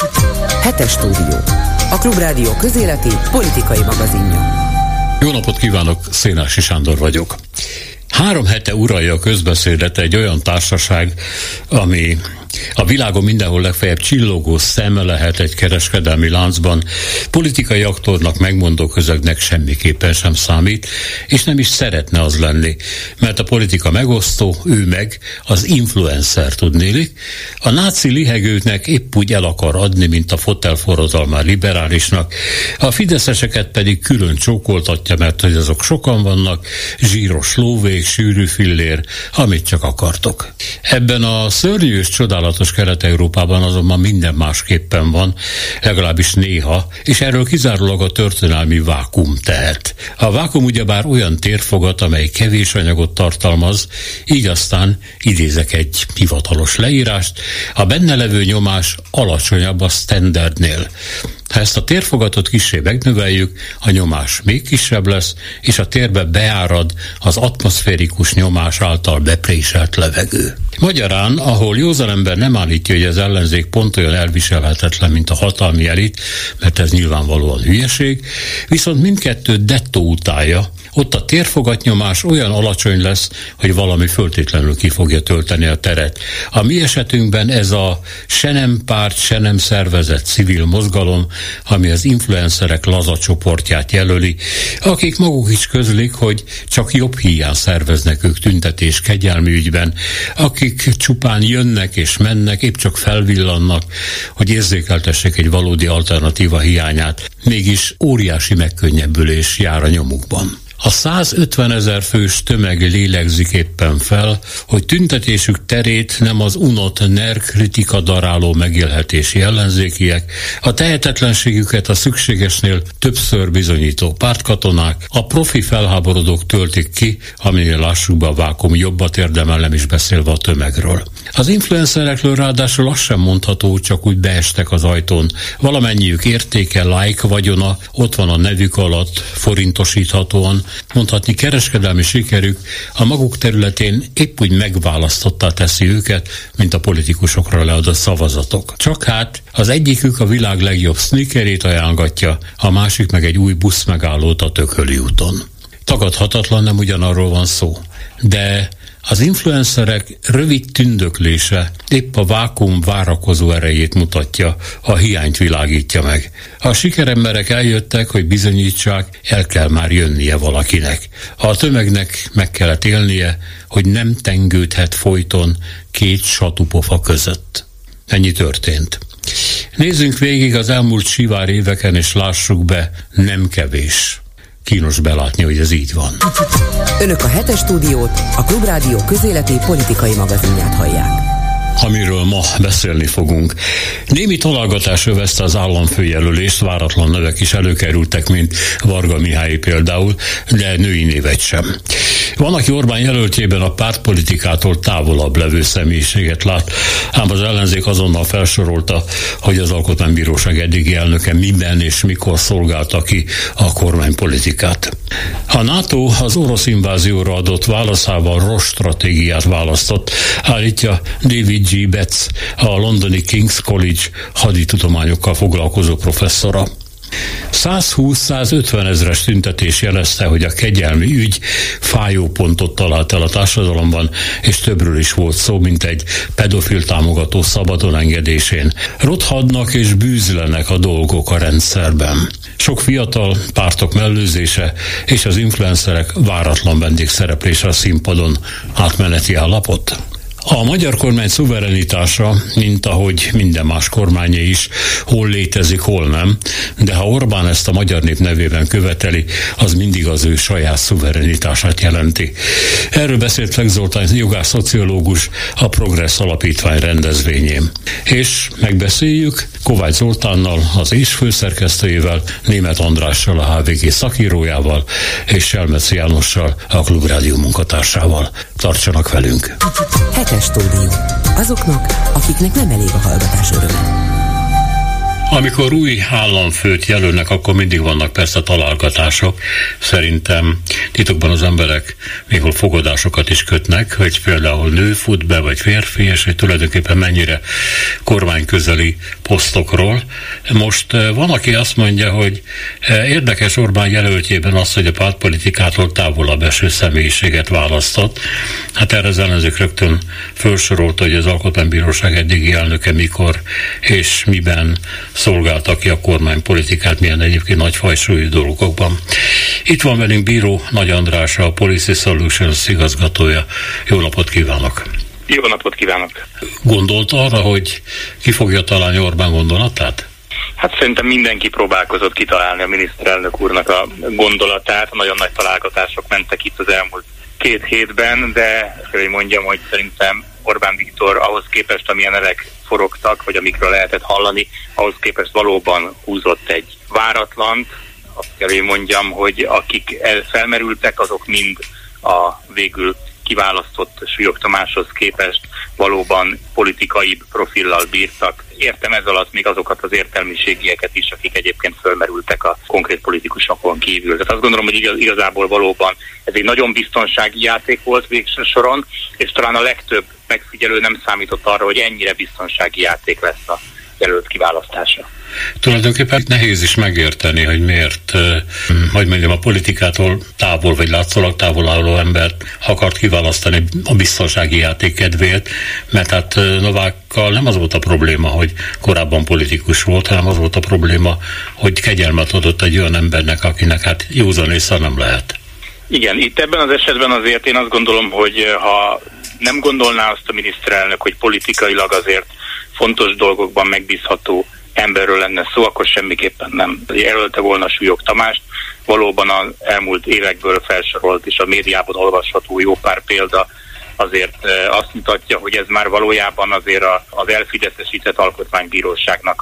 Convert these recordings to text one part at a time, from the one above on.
Hetes stúdió. A Klubrádió közéleti politikai magazinja. Jó napot kívánok, Szénási Sándor vagyok. 3 hete uralja a közbeszédet egy olyan társaság, ami a világon mindenhol legfeljebb csillogó szeme lehet egy kereskedelmi láncban, politikai aktornak, megmondó közegnek semmiképpen sem számít, és nem is szeretne az lenni, mert a politika megosztó, ő meg az influencer, tudnélik. A náci lihegőknek épp úgy el akar adni, mint a fotelforradalmár liberálisnak, a fideszeseket pedig külön csókoltatja, mert hogy azok sokan vannak, zsíros lóvék, sűrű fillér, amit csak akartok. Ebben a szörnyű és csodálatos Kelet-Európában azonban minden másképpen van, legalábbis néha, és erről kizárólag a történelmi vákum tehet. A vákum ugyebár olyan térfogat, amely kevés anyagot tartalmaz, így aztán idézek egy hivatalos leírást, a benne levő nyomás alacsonyabb a standardnél. Ha ezt a térfogatot kissé megnöveljük, a nyomás még kisebb lesz, és a térbe beárad az atmoszférikus nyomás által bepréselt levegő. Magyarán, ahol józan ember nem állítja, hogy az ellenzék pont olyan elviselhetetlen, mint a hatalmi elit, mert ez nyilvánvalóan hülyeség, viszont mindkettő dettó utálja, ott a térfogatnyomás olyan alacsony lesz, hogy valami föltétlenül ki fogja tölteni a teret. A mi esetünkben ez a se nem párt, se nem szervezett civil mozgalom, ami az influencerek laza csoportját jelöli, akik maguk is közlik, hogy csak jobb híján szerveznek ők tüntetés kegyelmi ügyben, akik csupán jönnek és mennek, épp csak felvillannak, hogy érzékeltessék egy valódi alternatíva hiányát, mégis óriási megkönnyebbülés jár a nyomukban. A 150 000 fős tömeg lélegzik éppen fel, hogy tüntetésük terét nem az unott NER kritika daráló megélhetési ellenzékiek, a tehetetlenségüket a szükségesnél többször bizonyító pártkatonák, a profi felháborodók töltik ki, aminél lássuk be a vákum jobbat érdemel, nem is beszélve a tömegről. Az influencerekről ráadásul azt sem mondható, csak úgy beestek az ajtón. Valamennyiük értéke, like vagyona ott van a nevük alatt, forintosíthatóan, mondhatni kereskedelmi sikerük a maguk területén épp úgy megválasztottá teszi őket, mint a politikusokra leadott szavazatok. Csak hát az egyikük a világ legjobb sneakerét ajánlgatja, a másik meg egy új buszmegállót a Tököli úton. Tagadhatatlan, nem ugyanarról van szó, de az influencerek rövid tündöklése épp a vákum várakozó erejét mutatja, a hiányt világítja meg. A sikeremberek eljöttek, hogy bizonyítsák, el kell már jönnie valakinek. A tömegnek meg kellett élnie, hogy nem tengődhet folyton 2 satupofa között. Ennyi történt. Nézzünk végig az elmúlt sivár éveken, és lássuk be, nem kevés. Kínos belátni, hogy ez így van. Önök a Hetes stúdiót, a Klubrádió közéleti politikai magazinját hallják. Amiről ma beszélni fogunk. Némi találgatás övezte az államfőjelölést, váratlan nevek is előkerültek, mint Varga Mihály például, de női névet sem. Van, aki Orbán jelöltjében a pártpolitikától távolabb levő személyiséget lát, ám az ellenzék azonnal felsorolta, hogy az Alkotmánybíróság eddigi elnöke miben és mikor szolgálta ki a kormánypolitikát. A NATO az orosz invázióra adott válaszával rossz stratégiát választott, állítja David G. Betts, a londoni King's College haditudományokkal foglalkozó professzora. 120-150 ezres tüntetés jelezte, hogy a kegyelmi ügy fájó pontot talált el a társadalomban, és többről is volt szó, mint egy pedofil támogató szabadon engedésén. Rothadnak és bűzlenek a dolgok a rendszerben. Sok fiatal, pártok mellőzése és az influencerek váratlan vendégszereplése a színpadon. Átmeneti állapot? A magyar kormány szuverenitása, mint ahogy minden más kormányé is, hol létezik, hol nem, de ha Orbán ezt a magyar nép nevében követeli, az mindig az ő saját szuverenitását jelenti. Erről beszélt Fleck Zoltán jogász szociológus a Progress Alapítvány rendezvényén. És megbeszéljük Kovács Zoltánnal, az ÉS főszerkesztőjével, Németh Andrással, a HVG szakírójával, és Selmeci Jánossal, a Klubrádió munkatársával. Tartsanak velünk! Hetes stúdió. Azoknak, akiknek nem elég a hallgatás öröme. Amikor új államfőt jelölnek, akkor mindig vannak persze találgatások. Szerintem titokban az emberek néhol fogadásokat is kötnek, hogy például nő fut be, vagy férfi, és hogy tulajdonképpen mennyire kormányközeli posztokról. Most van, aki azt mondja, hogy érdekes Orbán jelöltjében az, hogy a pártpolitikától távolabb eső személyiséget választott. Hát erre az ellenzék rögtön felsorolta, hogy az Alkotmánybíróság eddigi elnöke mikor és miben szolgálta ki a kormánypolitikát, milyen egyébként nagy fajsúlyú dolgokban. Itt van velünk Bíró Nagy András, a Policy Solutions igazgatója. Jó napot kívánok! Jó napot kívánok! Gondolt arra, hogy ki fogja találni Orbán gondolatát? Hát szerintem mindenki próbálkozott kitalálni a miniszterelnök úrnak a gondolatát. Nagyon nagy találgatások mentek itt az elmúlt 2 hétben, de hogy mondjam, hogy szerintem Orbán Viktor ahhoz képest, amilyen nevek forogtak, vagy amikről lehetett hallani, ahhoz képest valóban húzott egy váratlant. Azt kell, hogy mondjam, hogy akik felmerültek, azok mind a végül kiválasztott Súlyog Tamáshoz képest valóban politikai profillal bírtak. Értem ez alatt még azokat az értelmiségieket is, akik egyébként fölmerültek a konkrét politikusokon kívül. Tehát azt gondolom, hogy igazából valóban ez egy nagyon biztonsági játék volt végső soron, és talán a legtöbb megfigyelő nem számított arra, hogy ennyire biztonsági játék lesz a jelölt kiválasztása. Tulajdonképpen nehéz is megérteni, hogy miért, hogy mondjam, a politikától távol, vagy látszólag távol álló embert akart kiválasztani a biztonsági játék kedvéért, mert hát Novákkal nem az volt a probléma, hogy korábban politikus volt, hanem az volt a probléma, hogy kegyelmet adott egy olyan embernek, akinek hát józan észre nem lehet. Igen, itt ebben az esetben azért én azt gondolom, hogy ha nem gondolná azt a miniszterelnök, hogy politikailag azért fontos dolgokban megbízható emberről lenne szó, akkor semmiképpen nem jelölte volna Súlyog Tamást. Valóban az elmúlt évekből felsorolt és a médiában olvasható jó pár példa azért azt mutatja, hogy ez már valójában azért az elfideszesített alkotmánybíróságnak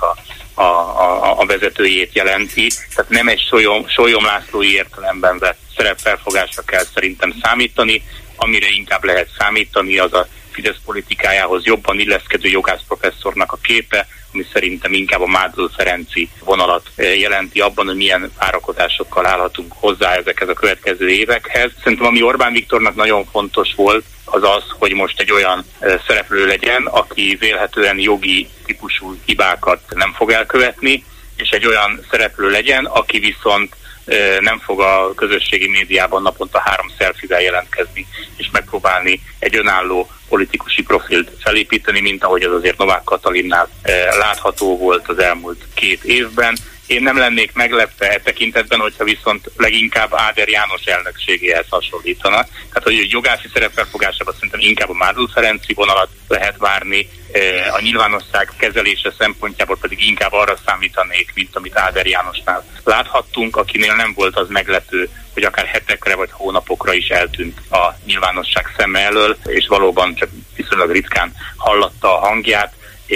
a vezetőjét jelenti. Tehát nem egy Sólyom Lászlói értelemben vett szerepfelfogásra kell szerintem számítani, amire inkább lehet számítani, az a Fidesz politikájához jobban illeszkedő jogászprofesszornak a képe, ami szerintem inkább a Mádl Ferenci vonalat jelenti abban, hogy milyen várakozásokkal állhatunk hozzá ezekhez a következő évekhez. Szerintem ami Orbán Viktornak nagyon fontos volt, az az, hogy most egy olyan szereplő legyen, aki vélhetően jogi típusú hibákat nem fog elkövetni, és egy olyan szereplő legyen, aki viszont nem fog a közösségi médiában naponta 3 selfie-vel jelentkezni, és megpróbálni egy önálló politikusi profilt felépíteni, mint ahogy az azért Novák Katalinnál látható volt az elmúlt 2 évben. Én nem lennék meglepve e tekintetben, hogyha viszont leginkább Áder János elnökségéhez hasonlítanak. Tehát, hogy jogászi szerepfelfogásában szerintem inkább a Mádl Ferenci vonalat lehet várni, a nyilvánosság kezelése szempontjából pedig inkább arra számítanék, mint amit Áder Jánosnál láthattunk, akinél nem volt az meglepő, hogy akár hetekre vagy hónapokra is eltűnt a nyilvánosság szeme elől, és valóban csak viszonylag ritkán hallatta a hangját,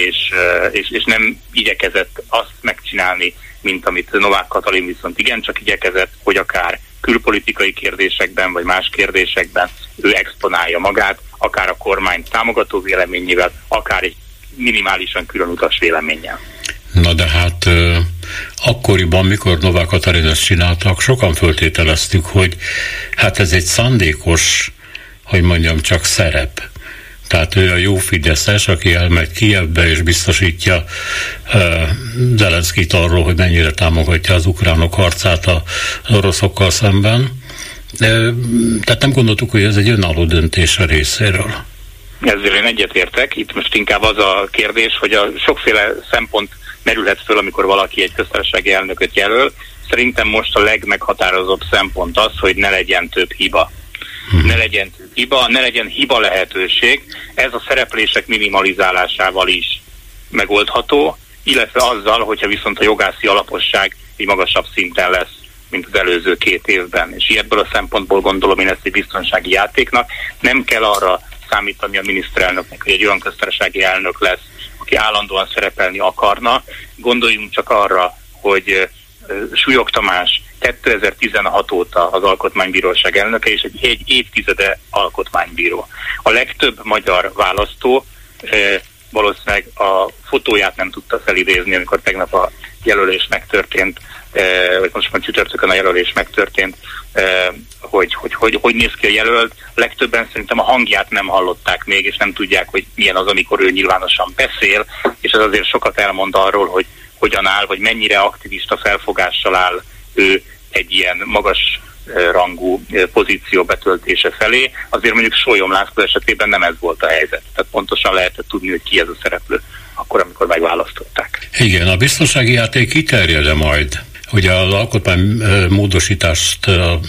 és nem igyekezett azt megcsinálni, mint amit Novák Katalin viszont igencsak igyekezett, hogy akár külpolitikai kérdésekben, vagy más kérdésekben ő exponálja magát, akár a kormány támogató véleményével, akár egy minimálisan különutas véleménnyel. Na de hát akkoriban, mikor Novák Katalin ezt csináltak, sokan föltételeztük, hogy hát ez egy szándékos, hogy mondjam, csak szerep. Tehát ő a jó fideszes, aki elmegy Kijevbe és biztosítja Zelenszkit arról, hogy mennyire támogatja az ukránok harcát az oroszokkal szemben. Tehát nem gondoltuk, hogy ez egy önálló döntés a részéről. Ezzel én egyetértek. Itt most inkább az a kérdés, hogy a sokféle szempont merülhet föl, amikor valaki egy köztársasági elnököt jelöl. Szerintem most a legmeghatározóbb szempont az, hogy ne legyen több hiba. Ne legyen hiba, ne legyen hiba lehetőség. Ez a szereplések minimalizálásával is megoldható, illetve azzal, hogyha viszont a jogászi alaposság egy magasabb szinten lesz, mint az előző 2 évben. És ebből a szempontból gondolom én ezt egy biztonsági játéknak. Nem kell arra számítani a miniszterelnöknek, hogy egy olyan köztársasági elnök lesz, aki állandóan szerepelni akarna. Gondoljunk csak arra, hogy Súlyog Tamás 2016 óta az Alkotmánybíróság elnöke, és egy évtizede alkotmánybíró. A legtöbb magyar választó valószínűleg a fotóját nem tudta felidézni, amikor tegnap a jelölés megtörtént, vagy most már csütörtökön a jelölés megtörtént, hogy néz ki a jelölt. Legtöbben szerintem a hangját nem hallották még, és nem tudják, hogy milyen az, amikor ő nyilvánosan beszél, és ez azért sokat elmond arról, hogy hogyan áll, vagy mennyire aktivista felfogással áll ő egy ilyen magas rangú pozíció betöltése felé. Azért mondjuk Sólyom László esetében nem ez volt a helyzet. Tehát pontosan lehetett tudni, hogy ki ez a szereplő akkor, amikor megválasztották. Igen, a biztonsági játék kiterjed majd. Ugye az alkotmánymódosítást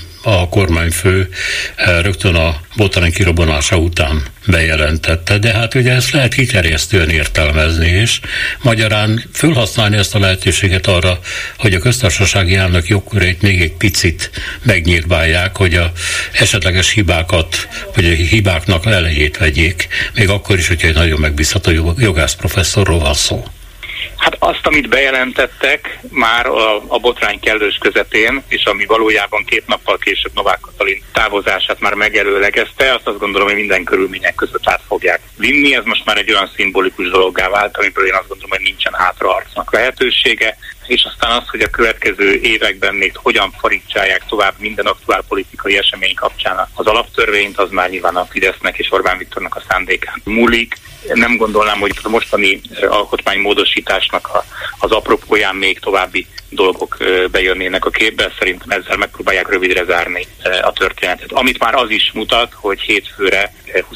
a kormányfő rögtön a botrány kirobbanása után bejelentette, de hát ugye ezt lehet kiterjesztően értelmezni, és magyarán fölhasználni ezt a lehetőséget arra, hogy a köztársasági elnök jogkörét még egy picit megnyírbálják, hogy a esetleges hibákat, vagy a hibáknak elejét vegyék, még akkor is, hogyha egy nagyon megbízható jogász professzorról van szó. Hát azt, amit bejelentettek már a botrány kellős közepén, és ami valójában 2 nappal később Novák Katalin távozását már megelőlegezte, azt gondolom, hogy minden körülmények között át fogják vinni. Ez most már egy olyan szimbolikus dologgá vált, amiből én azt gondolom, hogy nincsen hátraharcnak lehetősége, és aztán az, hogy a következő években még hogyan farigcsálják tovább minden aktuál politikai esemény kapcsán az alaptörvényt, az már nyilván a Fidesznek és Orbán Viktornak a szándékán múlik. Nem gondolnám, hogy a mostani alkotmánymódosításnak az apropóján még további dolgok bejönnének a képbe. Szerintem ezzel megpróbálják rövidre zárni a történetet. Amit már az is mutat, hogy hétfőre,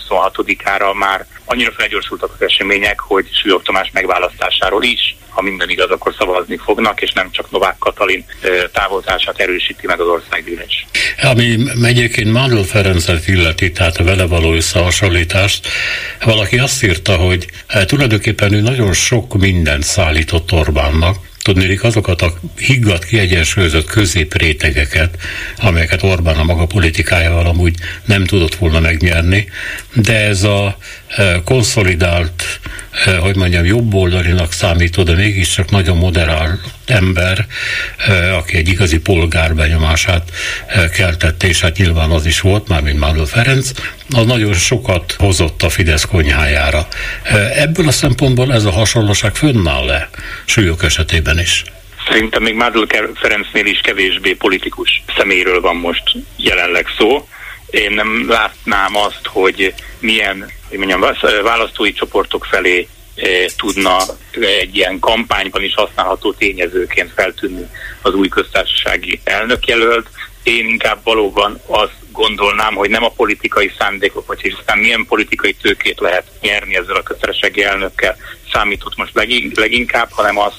26-ára már annyira felgyorsultak az események, hogy Súlyog Tamás megválasztásáról is, ha minden igaz, akkor szavazni fognak, és nem csak Novák Katalin távozását erősíti meg az országgyűlés. Ami egyébként Mandl Ferencet illeti, tehát a vele való összehasonlítást, valaki azt írta, hogy tulajdonképpen ő nagyon sok mindent szállított Orbánnak, tudnélik azokat a higgadt, kiegyensúlyozott középrétegeket, amelyeket Orbán a maga politikájával amúgy nem tudott volna megnyerni, de ez a konszolidált, hogy mondjam, jobboldalinak számító, de mégiscsak nagyon moderált ember, aki egy igazi polgár benyomását keltette, és hát nyilván az is volt, mármint Mandl Ferenc, az nagyon sokat hozott a Fidesz konyhájára. Ebből a szempontból ez a hasonlóság fönnáll-e Súlyog esetében is? Szerintem még Mandl Ferencnél is kevésbé politikus személyről van most jelenleg szó. Én nem látnám azt, hogy milyen, hogy mondjam, választói csoportok felé tudna egy ilyen kampányban is használható tényezőként feltűnni az új köztársasági elnökjelölt. Én inkább valóban azt gondolnám, hogy nem a politikai szándékok, vagy aztán milyen politikai tőkét lehet nyerni ezzel a köztársasági elnökkel számított most leginkább, hanem az,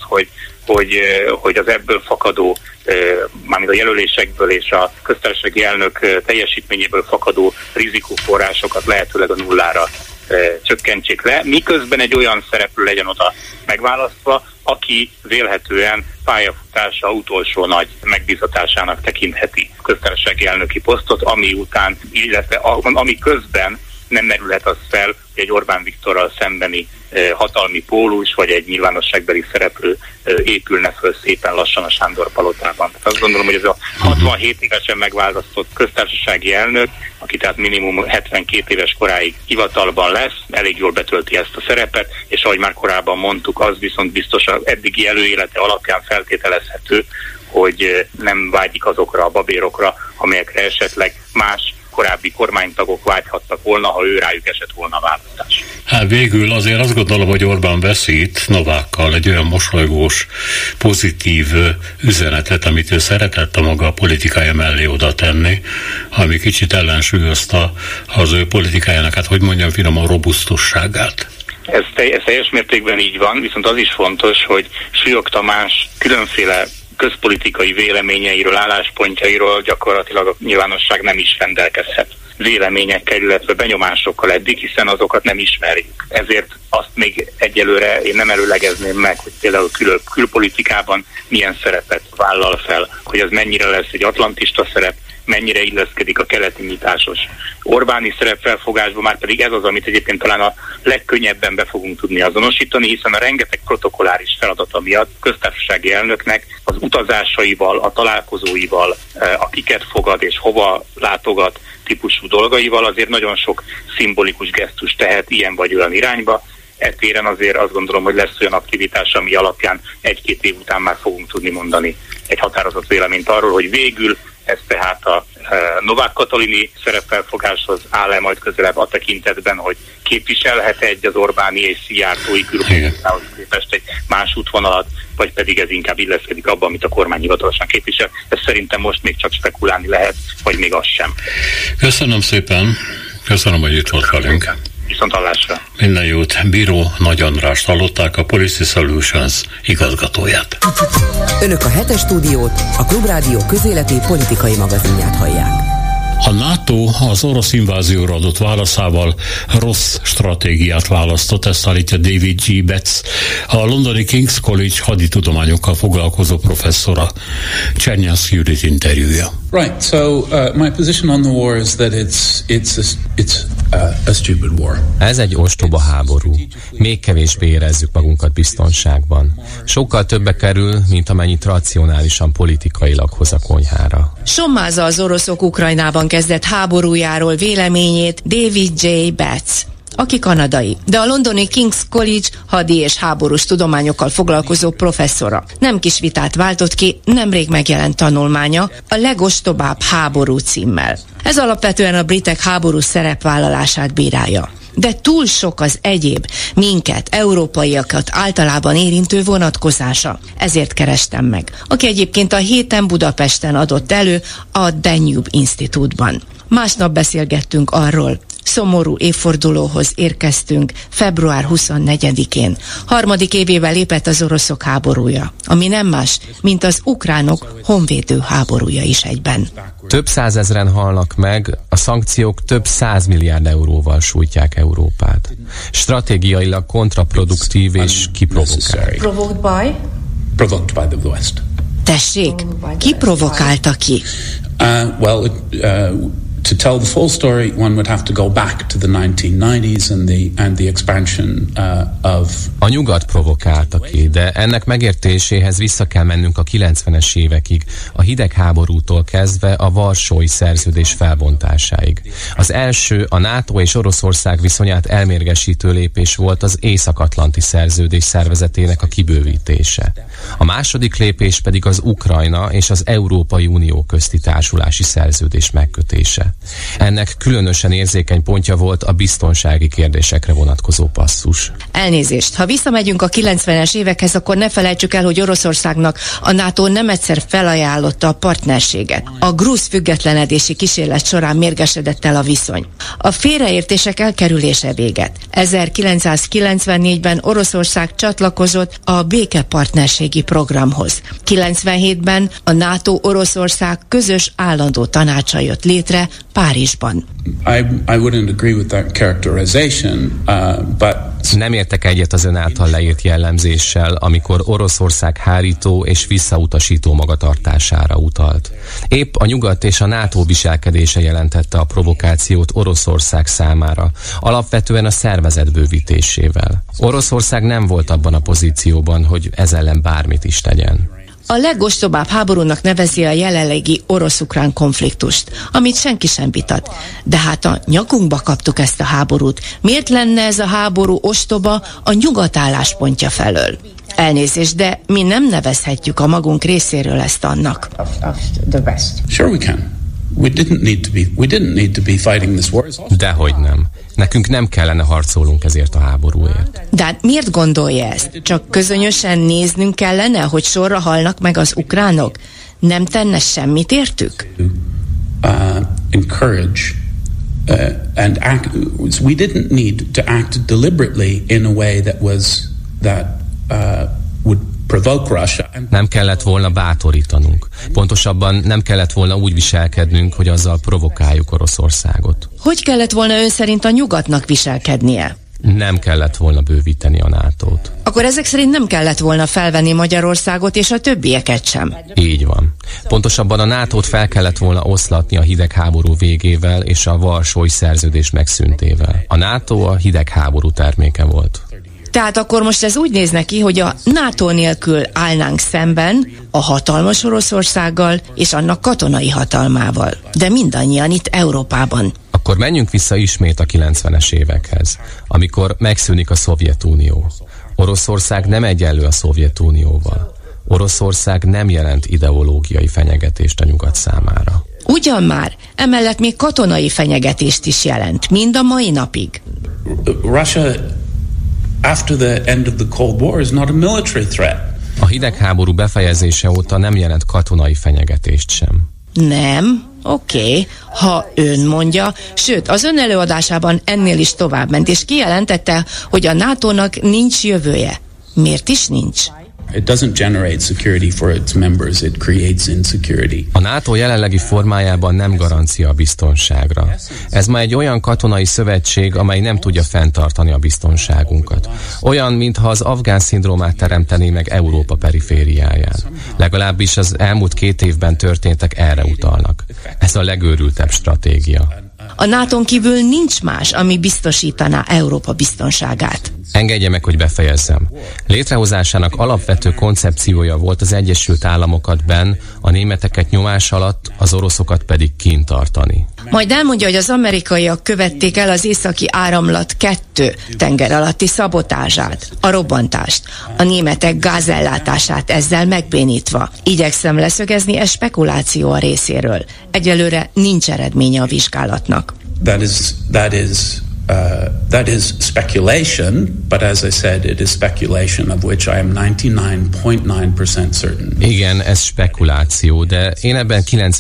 hogy az ebből fakadó, mármint a jelölésekből és a köztársasági elnök teljesítményéből fakadó rizikóforrásokat lehetőleg a nullára csökkentsék le, miközben egy olyan szereplő legyen oda megválasztva, aki vélhetően pályafutása utolsó nagy megbízatásának tekintheti köztársasági elnöki posztot, ami után, illetve ami közben nem merülhet az fel, hogy egy Orbán Viktorral szembeni hatalmi pólus, vagy egy nyilvánosságbeli szereplő épülne föl szépen lassan a Sándor palotában. Tehát azt gondolom, hogy ez a 67 évesen megválasztott köztársasági elnök, aki tehát minimum 72 éves koráig hivatalban lesz, elég jól betölti ezt a szerepet, és ahogy már korábban mondtuk, az viszont biztos az eddigi előélete alapján feltételezhető, hogy nem vágyik azokra a babérokra, amelyekre esetleg más korábbi kormánytagok vágyhattak volna, ha ő rájuk esett volna a választás. Hát végül azért azt gondolom, hogy Orbán veszít Novákkal egy olyan mosolygós, pozitív üzenetet, amit ő szeretett a maga politikája mellé oda tenni, ami kicsit ellensúlyozta az ő politikájának, hát hogy mondjam finoman, robusztusságát. Ez teljes mértékben így van, viszont az is fontos, hogy Súlyog Tamás különféle közpolitikai véleményeiről, álláspontjairól gyakorlatilag a nyilvánosság nem is rendelkezhet véleményekkel, illetve benyomásokkal eddig, hiszen azokat nem ismerjük. Ezért azt még egyelőre én nem előlegezném meg, hogy például külpolitikában milyen szerepet vállal fel, hogy az mennyire lesz egy atlantista szerep, mennyire illeszkedik a keleti nyitásos Orbáni szerepfelfogásba, már pedig ez az, amit egyébként talán a legkönnyebben be fogunk tudni azonosítani, hiszen a rengeteg protokolláris feladata miatt köztársasági elnöknek az utazásaival, a találkozóival, a kiket fogad és hova látogat típusú dolgaival azért nagyon sok szimbolikus gesztus tehet ilyen vagy olyan irányba, téren azért azt gondolom, hogy lesz olyan aktivitás, ami alapján 1-2 év után már fogunk tudni mondani egy határozott véleményt arról, hogy végül ez tehát a Novák Katalini szerepfelfogáshoz áll-e majd közelebb a tekintetben, hogy képviselhet-e egy az Orbáni és Szijjártói külpolitikához képest egy más útvonalat, vagy pedig ez inkább illeszkedik abba, amit a kormány hivatalosan képvisel. Ez szerintem most még csak spekulálni lehet, vagy még az sem. Köszönöm szépen, köszönöm, hogy itt volt velünk. Viszonthallásra. Minden jót. Bíró Nagy Andrást hallották, a Policy Solutions igazgatóját. Önök a Hetes Stúdiót, a Klubrádió közéleti politikai magazinját hallják. A NATO az orosz invázióra adott válaszával rossz stratégiát választott, ezt állítja David G. Betts, a londoni King's College haditudományokkal foglalkozó professzora. Csernyász Judit interjúja. Right, so my position on the war is that it's a stupid war. Ez egy ostoba háború. Még kevésbé érezzük magunkat biztonságban. Sokkal többe kerül, mint amennyit racionálisan politikailag hoz a konyhára. Sommázza az oroszok Ukrajnában kezdett háborújáról véleményét David J. Betts, aki kanadai, de a londoni King's College hadi és háborús tudományokkal foglalkozó professzora. Nem kis vitát váltott ki nemrég megjelent tanulmánya, a legostobább háború címmel. Ez alapvetően a britek háborús szerepvállalását bírálja. De túl sok az egyéb, minket, európaiakat általában érintő vonatkozása. Ezért kerestem meg, aki egyébként a héten Budapesten adott elő a Danube Institute-ban. Másnap beszélgettünk arról, szomorú évfordulóhoz érkeztünk február 24-én. 3. évével lépett az oroszok háborúja, ami nem más, mint az ukránok honvédő háborúja is egyben. Több százezren halnak meg, a szankciók több 100 milliárd euróval sújtják Európát. Stratégiailag kontraproduktív és kiprovokál. Provoked by the West. Tessék, ki provokálta ki? To tell the full story, one would have to go back to the 1990s and the expansion of... A nyugat provokálta ki, de ennek megértéséhez vissza kell mennünk a 90-es évekig, a hidegháborútól kezdve a Varsói Szerződés felbontásáig. Az első, a NATO és Oroszország viszonyát elmérgesítő lépés volt az Észak-Atlanti Szerződés szervezetének a kibővítése. A második lépés pedig az Ukrajna és az Európai Unió közti társulási szerződés megkötése. Ennek különösen érzékeny pontja volt a biztonsági kérdésekre vonatkozó passzus. Elnézést, ha visszamegyünk a 90-es évekhez, akkor ne felejtsük el, hogy Oroszországnak a NATO nem egyszer felajánlotta a partnerséget. A grúz függetlenedési kísérlet során mérgesedett el a viszony. A félreértések elkerülése véget. 1994-ben Oroszország csatlakozott a békepartnerségi programhoz. 97-ben a NATO-Oroszország közös állandó tanácsa jött létre Párizsban. I wouldn't agree with that characterization, but... Nem értek egyet az ön által leírt jellemzéssel, amikor Oroszország hárító és visszautasító magatartására utalt. Épp a nyugat és a NATO viselkedése jelentette a provokációt Oroszország számára, alapvetően a szervezet bővítésével. Oroszország nem volt abban a pozícióban, hogy ez ellen bármit is tegyen. A legostobább háborúnak nevezi a jelenlegi orosz-ukrán konfliktust, amit senki sem vitat. De hát a nyakunkba kaptuk ezt a háborút. Miért lenne ez a háború ostoba a nyugat álláspontja felől? Elnézést, de mi nem nevezhetjük a magunk részéről ezt annak. Sure we can. We didn't need to be fighting this war. Dehogy nem. Nekünk nem kellene harcolnunk ezért a háborúért. De hát miért gondolja ezt? Csak közönösen néznünk kellene, hogy sorra halnak meg az ukránok? Nem tenne semmit értük? Encourage and act. We didn't need to act deliberately in a way that would provoke Russia. Nem kellett volna bátorítanunk. Pontosabban nem kellett volna úgy viselkednünk, hogy azzal provokáljuk Oroszországot. Hogy kellett volna ön szerint a nyugatnak viselkednie? Nem kellett volna bővíteni a NATO-t. Akkor ezek szerint nem kellett volna felvenni Magyarországot és a többieket sem. Így van. Pontosabban a NATO-t fel kellett volna oszlatni a hidegháború végével és a Varsói Szerződés megszüntével. A NATO a hidegháború terméke volt. Tehát akkor most ez úgy néz neki, hogy a NATO nélkül állnánk szemben a hatalmas Oroszországgal és annak katonai hatalmával. De mindannyian itt Európában. A Akkor menjünk vissza ismét a 90-es évekhez, amikor megszűnik a Szovjetunió. Oroszország nem egyenlő a Szovjetunióval. Oroszország nem jelent ideológiai fenyegetést a nyugat számára. Ugyan már, emellett még katonai fenyegetést is jelent, mind a mai napig. Russia, after the end of the Cold War, is not a military threat. A hidegháború befejezése óta nem jelent katonai fenyegetést sem. Nem? Oké, ha ön mondja, sőt, az ön előadásában ennél is továbbment, és kijelentette, hogy a NATO-nak nincs jövője. Miért is nincs? It doesn't generate security for its members, it creates insecurity. A NATO jelenlegi formájában nem garancia a biztonságra. Ez már egy olyan katonai szövetség, amely nem tudja fenntartani a biztonságunkat. Olyan, mintha az afgán szindrómát teremtené meg Európa perifériáján. Legalábbis az elmúlt 2 évben történtek erre utalnak. Ez a legőrültebb stratégia. A NATO-n kívül nincs más, ami biztosítaná Európa biztonságát. Engedje meg, hogy befejezzem. Létrehozásának alapvető koncepciója volt az Egyesült Államokat benn, a németeket nyomás alatt, az oroszokat pedig kint tartani. Majd elmondja, hogy az amerikaiak követték el az északi áramlat 2 tenger alatti szabotázsát, a robbantást, a németek gázellátását ezzel megbénítva. Igyekszem leszögezni, ez spekuláció a részéről. Egyelőre nincs eredménye a vizsgálatnak. That is speculation, but as I said, it is speculation of which I am 99.9% certain. Igen, ez spekuláció, de én ebben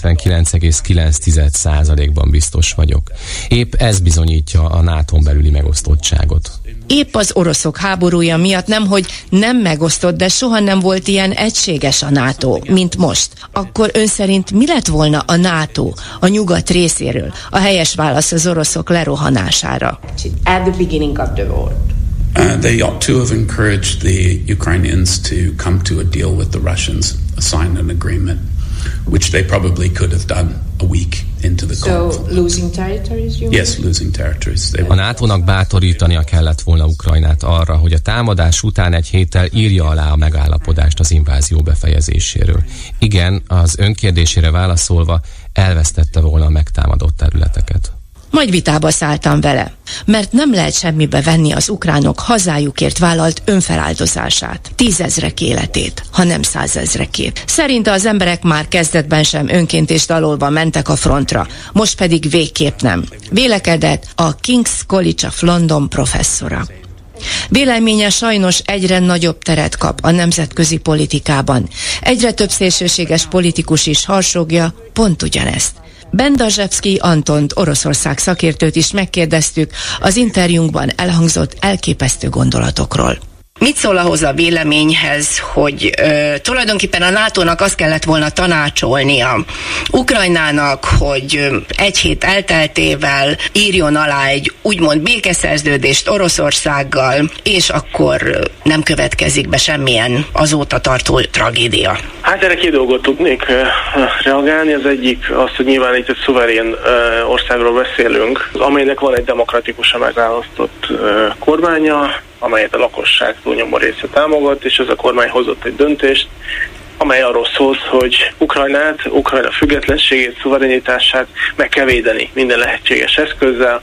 99,9%-ban biztos vagyok. Épp ez bizonyítja a NATO-n belüli megosztottságot. Épp az oroszok háborúja miatt nemhogy nem megosztott, de soha nem volt ilyen egységes a NATO, mint most. Akkor ön szerint mi lett volna a NATO a nyugat részéről? A helyes válasz az oroszok lerohanására. At the beginning of the war. They ought to have encouraged the Ukrainians to come to a deal with the Russians, sign an agreement, which they probably could have done a week into the conflict. So losing territories, you mean? Yes, losing territories. A NATO-nak bátorítania kellett volna Ukrajnát arra, hogy a támadás után egy héttel írja alá a megállapodást az invázió befejezéséről. Igen, az önkérdésére válaszolva, elvesztette volna a megtámadott területeket. Majd vitába szálltam vele, mert nem lehet semmibe venni az ukránok hazájukért vállalt önfeláldozását, 10 000 életét, hanem 100 000-ét. Szerinte az emberek már kezdetben sem önként és dalolva mentek a frontra, most pedig végképp nem. Vélekedett a King's College of London professzora. Véleménye sajnos egyre nagyobb teret kap a nemzetközi politikában. Egyre több szélsőséges politikus is harsogja pont ugyanezt. Bendazsevszky Antont, Oroszország szakértőt is megkérdeztük az interjúnkban elhangzott elképesztő gondolatokról. Mit szól ahhoz a véleményhez, hogy tulajdonképpen a NATO-nak azt kellett volna tanácsolnia Ukrajnának, hogy 1 hét elteltével írjon alá egy úgymond békeszerződést Oroszországgal, és akkor nem következik be semmilyen azóta tartó tragédia? Hát erre 2 dolgot tudnék reagálni. Az egyik az, hogy nyilván itt egy szuverén országról beszélünk, amelynek van egy demokratikusan megválasztott kormánya, amelyet a lakosság túlnyomó része támogat, és ez a kormány hozott egy döntést, amely arról szól, hogy Ukrajna függetlenségét, szuverenitását meg kell védeni minden lehetséges eszközzel,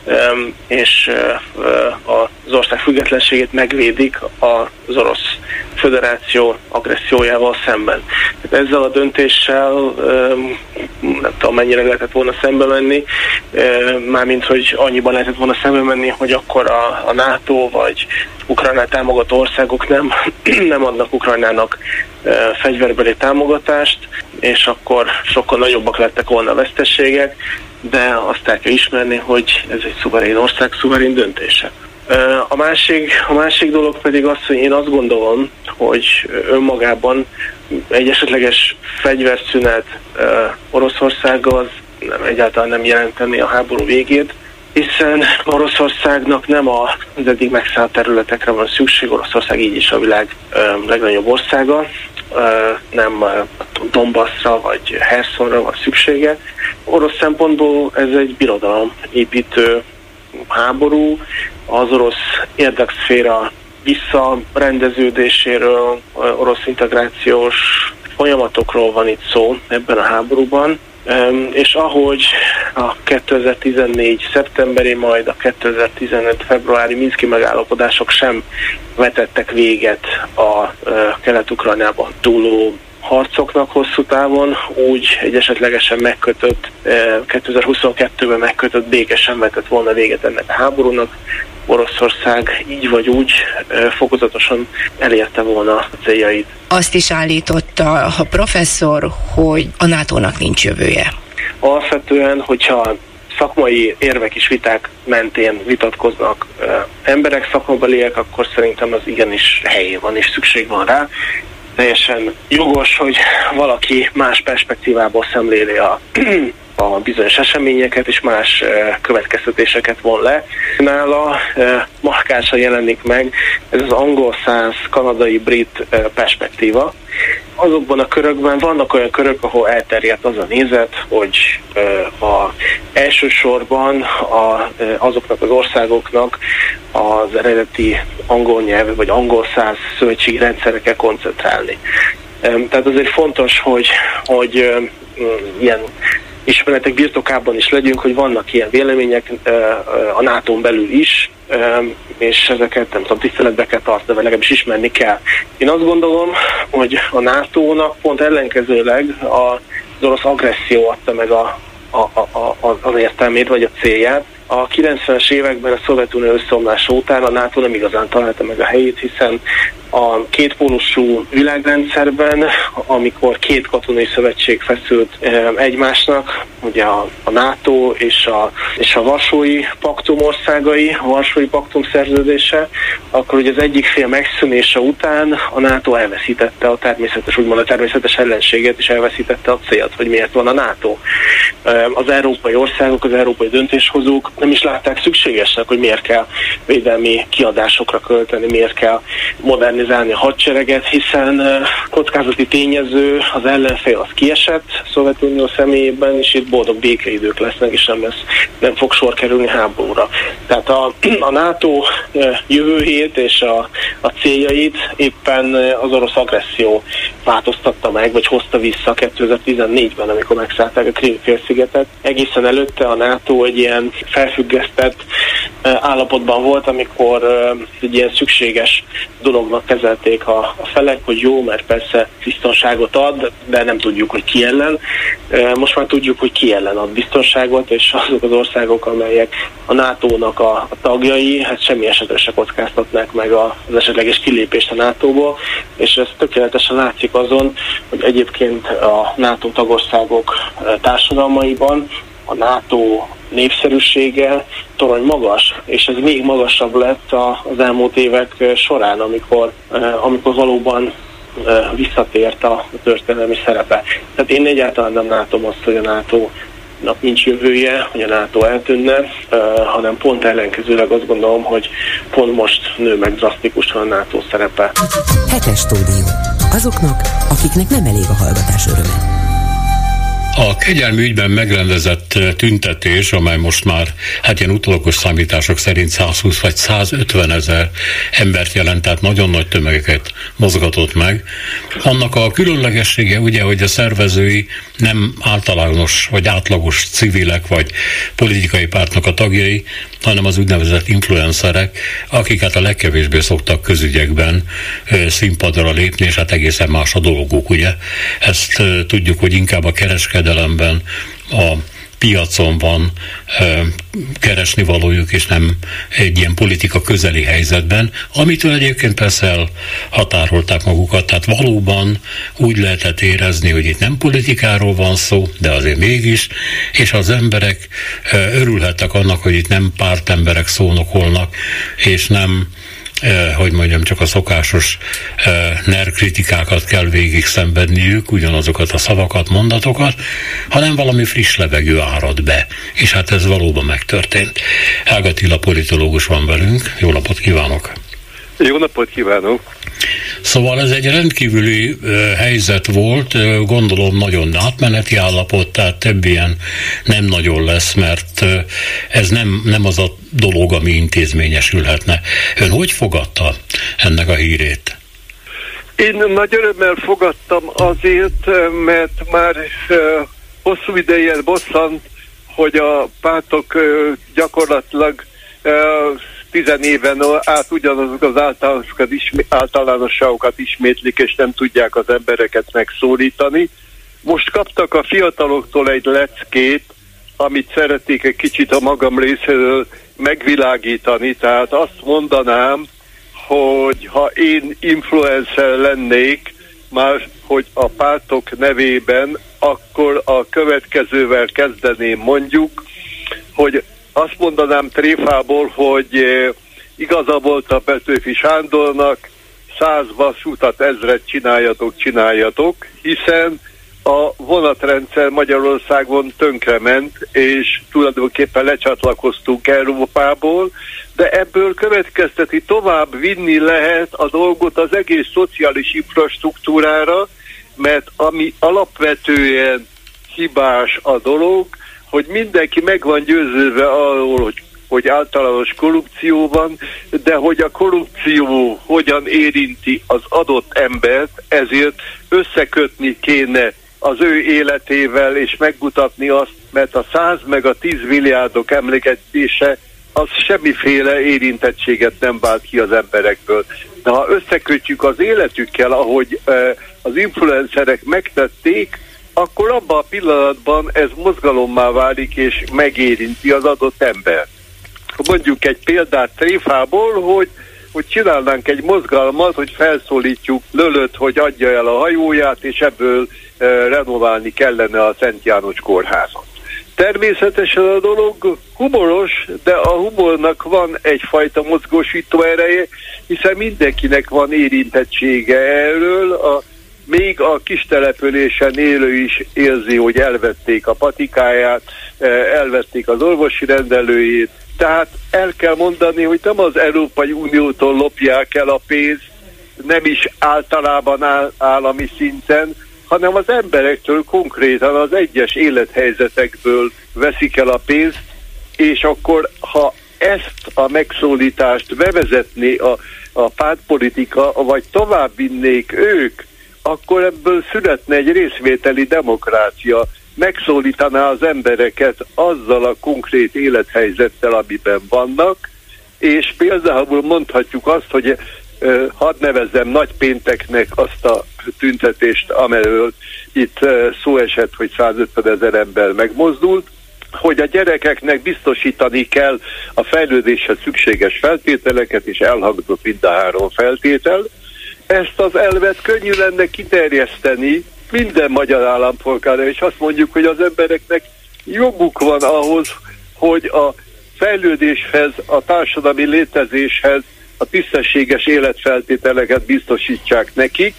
és az ország függetlenségét megvédik az Orosz Föderáció agressziójával szemben. Ezzel a döntéssel nem tudom, mennyire lehetett volna szembe menni, mármint, hogy annyiban lehetett volna szembe menni, hogy akkor a NATO vagy Ukrajnát támogató országok nem adnak Ukrajnának fegyverbeli támogatást, és akkor sokkal nagyobbak lettek volna a veszteségek, de azt el kell ismerni, hogy ez egy szuverén ország szuverén döntése. A másik dolog pedig az, hogy én azt gondolom, hogy önmagában egy esetleges fegyverszünet Oroszországgal az egyáltalán nem jelenteni a háború végét, hiszen Oroszországnak nem az eddig megszállt területekre van szükség, Oroszország így is a világ legnagyobb országa, nem Donbassra vagy Hersonra van szüksége. Orosz szempontból ez egy birodalomépítő háború, az orosz érdekszféra visszarendeződéséről, orosz integrációs folyamatokról van itt szó ebben a háborúban, És ahogy a 2014. szeptemberén, majd a 2015. februári minszki megállapodások sem vetettek véget a Kelet-Ukrajnában túló harcoknak hosszú távon, úgy egy esetlegesen megkötött, 2022-ben megkötött béke sem vetett volna véget ennek a háborúnak. Oroszország így vagy úgy fokozatosan elérte volna a céljait. Azt is állította a professzor, hogy a NATO-nak nincs jövője. Alapvetően, hogyha szakmai érvek és viták mentén vitatkoznak emberek, szakmabeliek, akkor szerintem az igenis helyén van és szükség van rá. Teljesen jogos, hogy valaki más perspektívából szemléli a bizonyos eseményeket, és más következtetéseket von le. Nála markánsan jelenik meg ez az angol-szász, kanadai, brit perspektíva. Azokban a körökben vannak olyan körök, ahol elterjedt az a nézet, hogy elsősorban azoknak az országoknak az eredeti angol nyelvű vagy angol-szász szövetségi rendszerre kell koncentrálni. Tehát azért fontos, hogy ilyen ismeretek birtokában is legyünk, hogy vannak ilyen vélemények a NATO-n belül is, és ezeket nem tudom, tiszteletbe kell tartani, vagy legalábbis ismerni kell. Én azt gondolom, hogy a NATO-nak pont ellenkezőleg az orosz agresszió adta meg az értelmét, vagy a célját. A 90-es években a Szovjetunió összeomlása után a NATO nem igazán találta meg a helyét, hiszen a kétpólusú világrendszerben, amikor két katonai szövetség feszült egymásnak, ugye a NATO és a Varsói Paktum országai, a Varsói Paktum szerződése, akkor ugye az egyik fél megszűnése után a NATO elveszítette a természetes ellenséget, és elveszítette a célt, hogy miért van a NATO. Az európai országok, az európai döntéshozók nem is látták szükségesnek, hogy miért kell védelmi kiadásokra költeni, miért kell modernizálni a hadsereget, hiszen kockázati tényező, az ellenfél az kiesett Szovjetunió személyében, és itt boldog békeidők lesznek, és nem fog sor kerülni háborúra. Tehát a NATO jövőjét és a céljait éppen az orosz agresszió változtatta meg, vagy hozta vissza 2014-ben, amikor megszállták a Krím-félszigetet. Egészen előtte a NATO egy ilyen felfüggesztett állapotban volt, amikor egy ilyen szükséges dolognak kezelték a felek, hogy jó, mert persze biztonságot ad, de nem tudjuk, hogy ki ellen. Most már tudjuk, hogy ki ellen ad biztonságot, és azok az országok, amelyek a NATO-nak a tagjai, hát semmi esetre se kockáztatnák meg az esetleges kilépést a NATO-ból, és ez tökéletesen látszik azon, hogy egyébként a NATO tagországok társadalmaiban a NATO népszerűsége torony magas, és ez még magasabb lett az elmúlt évek során, amikor valóban visszatért a történelmi szerepe. Tehát én egyáltalán nem látom azt, hogy a NATO-nak nincs jövője, hogy a NATO eltűnne, hanem pont ellenkezőleg azt gondolom, hogy pont most nő meg drasztikusan a NATO szerepe. Hetes stúdió. Azoknak, akiknek nem elég a hallgatás öröme. A kegyelmi ügyben megrendezett tüntetés, amely most már ilyen utólagos számítások szerint 120 vagy 150 ezer embert jelent, tehát nagyon nagy tömegeket mozgatott meg. Annak a különlegessége ugye, hogy a szervezői nem általános vagy átlagos civilek vagy politikai pártnak a tagjai, hanem az úgynevezett influencerek, akiket a legkevésbé szoktak közügyekben színpadra lépni, és hát egészen más a dolguk, ugye. Ezt tudjuk, hogy inkább a kereskedelemben, a piacon van keresni valójuk, és nem egy ilyen politika közeli helyzetben, amitől egyébként persze elhatárolták magukat, tehát valóban úgy lehetett érezni, hogy itt nem politikáról van szó, de azért mégis, és az emberek örülhettek annak, hogy itt nem pártemberek szónokolnak, és nem csak a szokásos NER kritikákat kell végig szenvedniük, ugyanazokat a szavakat, mondatokat, hanem valami friss levegő árad be. És hát ez valóban megtörtént. Ág Attila politológus van velünk. Jó napot kívánok! Jó napot kívánok! Szóval ez egy rendkívüli helyzet volt, gondolom nagyon átmeneti állapot, tehát több ilyen nem nagyon lesz, mert ez nem az a dolog, ami intézményesülhetne. Ön hogy fogadta ennek a hírét? Én nagy örömmel fogadtam azért, mert már hosszú ideje bosszant, hogy a pártok gyakorlatilag 10 éven át ugyanazok az általánosságokat ismétlik, és nem tudják az embereket megszólítani. Most kaptak a fiataloktól egy leckét, amit szeretnék egy kicsit a magam részéről megvilágítani. Tehát azt mondanám, hogy ha én influencer lennék, már hogy a pártok nevében, akkor a következővel kezdeném, mondjuk, hogy azt mondanám tréfából, hogy igaza volt a Petőfi Sándornak, 100 vasútat 1000 csináljatok, hiszen a vonatrendszer Magyarországon tönkrement, és tulajdonképpen lecsatlakoztunk Európából, de ebből következteti tovább vinni lehet a dolgot az egész szociális infrastruktúrára, mert ami alapvetően hibás a dolog, hogy mindenki meg van győződve arról, hogy általános korrupció van, de hogy a korrupció hogyan érinti az adott embert, ezért összekötni kéne az ő életével, és megmutatni azt, mert a 100 meg a 10 milliárdok emlékeztése az semmiféle érintettséget nem vált ki az emberekből. De ha összekötjük az életükkel, ahogy az influencerek megtették, akkor abban a pillanatban ez mozgalommá válik, és megérinti az adott embert. Mondjuk egy példát tréfából, hogy csinálnánk egy mozgalmat, hogy felszólítjuk Lölöt, hogy adja el a hajóját, és ebből renoválni kellene a Szent János kórházat. Természetesen a dolog humoros, de a humornak van egyfajta mozgósító ereje, hiszen mindenkinek van érintettsége erről, még a kis településen élő is érzi, hogy elvették a patikáját, elvették az orvosi rendelőjét. Tehát el kell mondani, hogy nem az Európai Uniótól lopják el a pénzt, nem is általában állami szinten, hanem az emberektől konkrétan az egyes élethelyzetekből veszik el a pénzt, és akkor, ha ezt a megszólítást bevezetné a pártpolitika, vagy tovább vinnék ők, akkor ebből születne egy részvételi demokrácia, megszólítaná az embereket azzal a konkrét élethelyzettel, amiben vannak, és például mondhatjuk azt, hogy hadd nevezzem Nagypénteknek azt a tüntetést, amelyről itt szó esett, hogy 150 000 ember megmozdult, hogy a gyerekeknek biztosítani kell a fejlődéshez szükséges feltételeket, és elhangzott mind a 3 feltétel. Ezt az elvet könnyű lenne kiterjeszteni minden magyar állampolgárra, és azt mondjuk, hogy az embereknek joguk van ahhoz, hogy a fejlődéshez, a társadalmi létezéshez a tisztességes életfeltételeket biztosítsák nekik.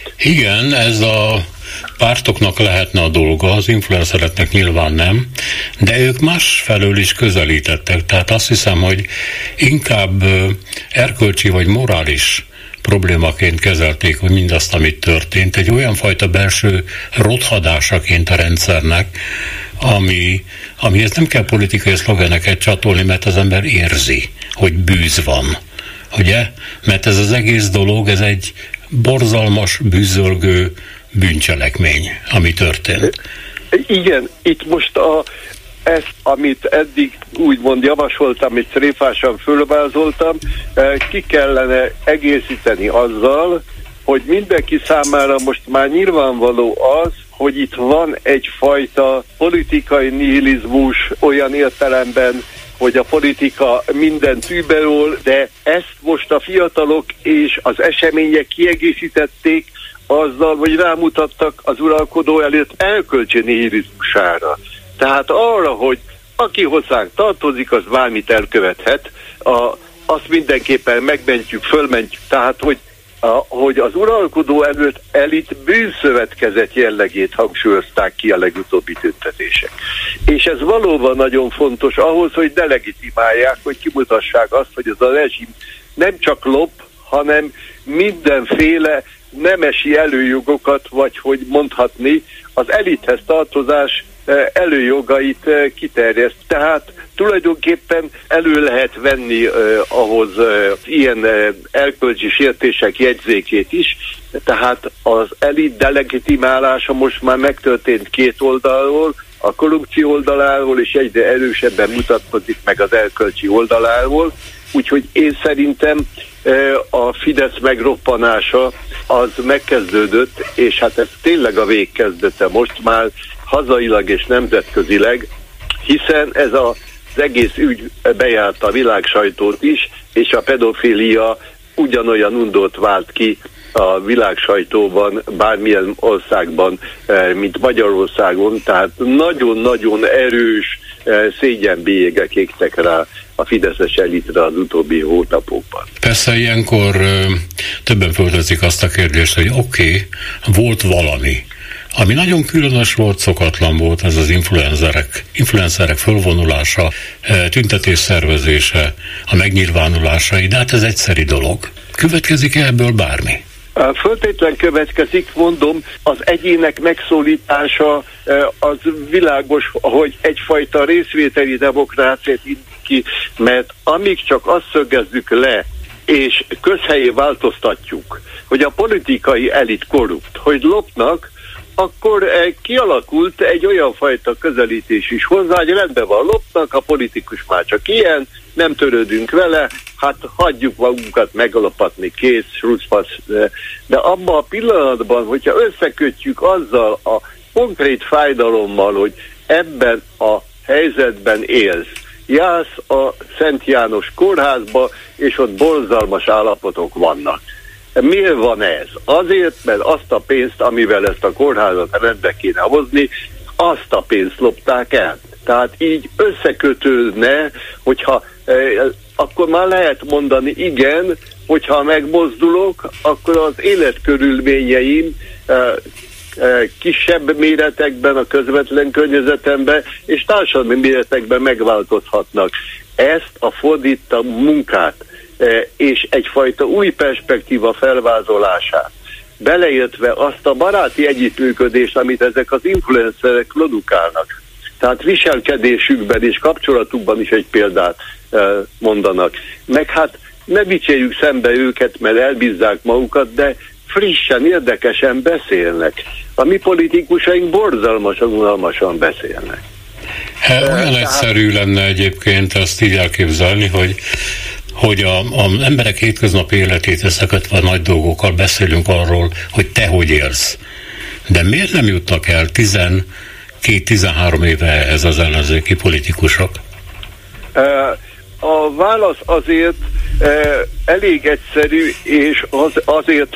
Igen, ez a pártoknak lehetne a dolga, az influencereknek nyilván nem, de ők másfelől is közelítettek, tehát azt hiszem, hogy inkább erkölcsi vagy morális problémaként kezelték, hogy mindazt, amit történt, egy olyan fajta belső rothadásaként a rendszernek, amihez nem kell politikai szlogeneket csatolni, mert az ember érzi, hogy bűz van. Ugye? Mert ez az egész dolog, ez egy borzalmas, bűzölgő bűncselekmény, ami történt. Igen, itt most ezt, amit eddig úgymond javasoltam, és tréfásan fölvázoltam, ki kellene egészíteni azzal, hogy mindenki számára most már nyilvánvaló az, hogy itt van egyfajta politikai nihilizmus olyan értelemben, hogy a politika mindent überol, de ezt most a fiatalok és az események kiegészítették azzal, hogy rámutattak az uralkodó előtt erkölcsi nihilizmusára. Tehát arra, hogy aki hozzánk tartozik, az bármit elkövethet, azt mindenképpen megmentjük, fölmentjük. Tehát, hogy az uralkodó előtt elit bűnszövetkezet jellegét hangsúlyozták ki a legutóbbi tüntetések. És ez valóban nagyon fontos ahhoz, hogy delegitimálják, hogy kimutassák azt, hogy ez a rezsim nem csak lop, hanem mindenféle nemesi előjogokat, vagy hogy mondhatni, az elithez tartozás előjogait kiterjeszt. Tehát tulajdonképpen elő lehet venni ahhoz ilyen erkölcsi sértések jegyzékét is, tehát az elit delegitimálása most már megtörtént 2 oldalról, a korrupció oldaláról, és egyre erősebben mutatkozik meg az erkölcsi oldaláról. Úgyhogy én szerintem a Fidesz megroppanása az megkezdődött, és hát ez tényleg a végkezdete most már hazailag és nemzetközileg, hiszen ez az egész ügy bejárta a világsajtót is, és a pedofília ugyanolyan undort vált ki a világsajtóban, bármilyen országban, mint Magyarországon, tehát nagyon-nagyon erős szégyenbélyegek égtek rá a fideszes elitre az utóbbi hónapokban. Persze ilyenkor többen fölteszik azt a kérdést, hogy oké, volt valami, ami nagyon különös volt, szokatlan volt, ez az influencerek fölvonulása, tüntetés szervezése, a megnyilvánulásai, de hát ez egyszeri dolog. Következik ebből bármi? Föltétlen következik, mondom, az egyének megszólítása az világos, hogy egyfajta részvételi demokráciát indít ki, mert amíg csak azt szögezzük le, és közhelyé változtatjuk, hogy a politikai elit korrupt, hogy lopnak, akkor kialakult egy olyan fajta közelítés is hozzá, hogy rendben van, lopnak, a politikus már csak ilyen, nem törődünk vele, hát hagyjuk magunkat megalapatni, kész, srucfasz. De abban a pillanatban, hogyha összekötjük azzal a konkrét fájdalommal, hogy ebben a helyzetben élsz, jársz a Szent János kórházba, és ott borzalmas állapotok vannak. Miért van ez? Azért, mert azt a pénzt, amivel ezt a kórházat rendbe kéne hozni, azt a pénzt lopták el. Tehát így összekötődne, hogyha akkor már lehet mondani, igen, hogyha megmozdulok, akkor az életkörülményeim kisebb méretekben, a közvetlen környezetemben és társadalmi méretekben megváltozhatnak. Ezt a fordított munkát és egyfajta új perspektíva felvázolását, beleértve azt a baráti együttműködést, amit ezek az influencerek produkálnak. Tehát viselkedésükben és kapcsolatukban is egy példát mondanak. Meg hát ne dicsérjük szembe őket, mert elbízzák magukat, de frissen, érdekesen beszélnek. A mi politikusaink borzalmasan, unalmasan beszélnek. Olyan egyszerű lenne egyébként ezt így elképzelni, hogy az emberek hétköznapi életét összekötve a nagy dolgokkal beszélünk arról, hogy te hogy élsz. De miért nem jutnak el 12-13 éve ehhez az ellenzéki politikusok? A válasz azért elég egyszerű, és azért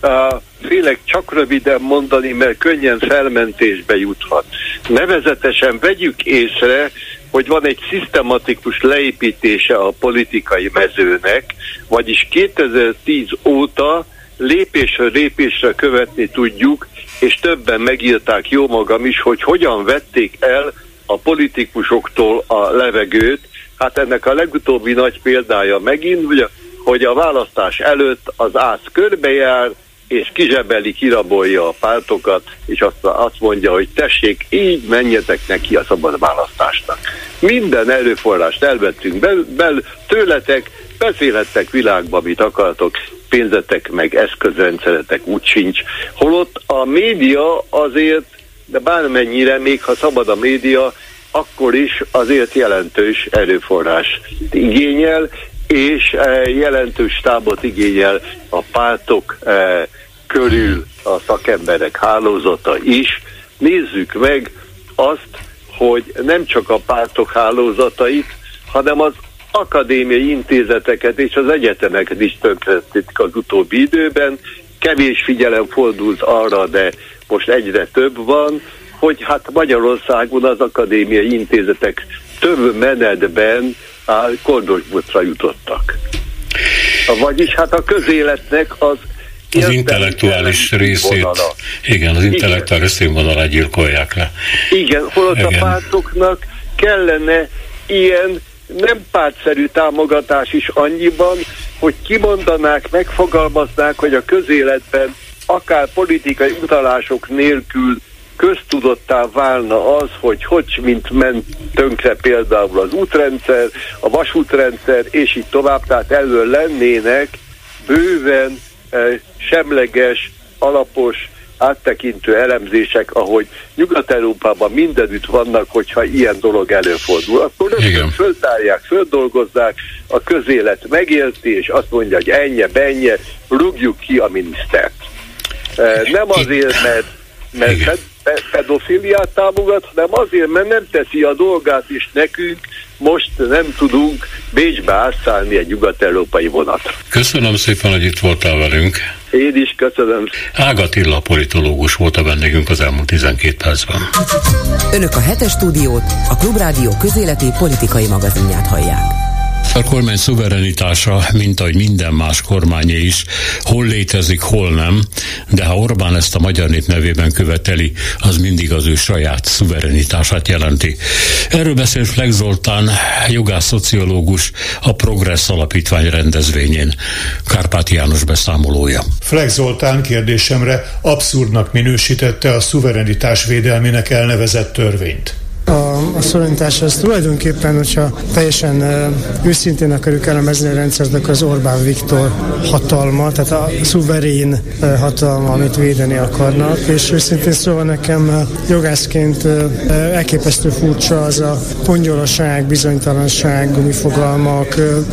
félek csak röviden mondani, mert könnyen felmentésbe juthat. Nevezetesen vegyük észre, hogy van egy szisztematikus leépítése a politikai mezőnek, vagyis 2010 óta lépésről lépésre követni tudjuk, és többen megírták, jó magam is, hogy hogyan vették el a politikusoktól a levegőt. Hát ennek a legutóbbi nagy példája megint, hogy a választás előtt az ász körbejár, és kizsebeli, kirabolja a pártokat, és azt mondja, hogy tessék, így menjetek neki a szabad választásnak. Minden erőforrást elvettünk tőletek, beszélhettek világba, amit akartok, pénzetek meg eszközrendszeretek úgy sincs. Holott a média azért, de bármennyire, még ha szabad a média, akkor is azért jelentős erőforrás igényel, és jelentős stábot igényel a pártok körül a szakemberek hálózata is. Nézzük meg azt, hogy nem csak a pártok hálózatait, hanem az akadémiai intézeteket és az egyetemeket is tönkretették az utóbbi időben. Kevés figyelem fordult arra, de most egyre több van, hogy hát Magyarországon az akadémiai intézetek több menetben kordosbotra jutottak. Vagyis hát a közéletnek az intellektuális részét, igen, az intellektuális színvonalát gyilkolják le. Igen, holott a pártoknak kellene ilyen nem pártszerű támogatás is annyiban, hogy kimondanák, megfogalmaznák, hogy a közéletben akár politikai utalások nélkül köztudottá válna az, hogy mint ment tönkre például az útrendszer, a vasútrendszer, és így tovább, tehát elől lennének bőven semleges, alapos áttekintő elemzések, ahogy Nyugat-Európában mindenütt vannak, hogyha ilyen dolog előfordul. Akkor rögtön föltárják, földolgozzák, a közélet megérti, és azt mondja, hogy ennyi, rúgjuk ki a minisztert. Nem azért, mert pedofiliát támogat, hanem azért, mert nem teszi a dolgát, és nekünk most nem tudunk Bécsbe átszállni egy nyugat-európai vonat. Köszönöm szépen, hogy itt voltál velünk. Én is köszönöm. Ág Attila politológus volt a vendégünk az elmúlt 12 percben. Önök a Hetes Stúdiót, a Klubrádió közéleti politikai magazinját hallják. A kormány szuverenitása, mint ahogy minden más kormányé is, hol létezik, hol nem, de ha Orbán ezt a magyar nép nevében követeli, az mindig az ő saját szuverenitását jelenti. Erről beszél Flex Zoltán, jogász-szociológus, a Progressz Alapítvány rendezvényén. Kárpáti János beszámolója. Flex Zoltán kérdésemre abszurdnak minősítette a szuverenitás védelmének elnevezett törvényt. A szuverenitás az tulajdonképpen, hogyha teljesen őszintén akarjuk elemezni a rendszert, akkor az Orbán Viktor hatalma, tehát a szuverén hatalma, amit védeni akarnak, és őszintén szóval nekem jogászként elképesztő furcsa az a pongyolaság, bizonytalanság, gumifogalmak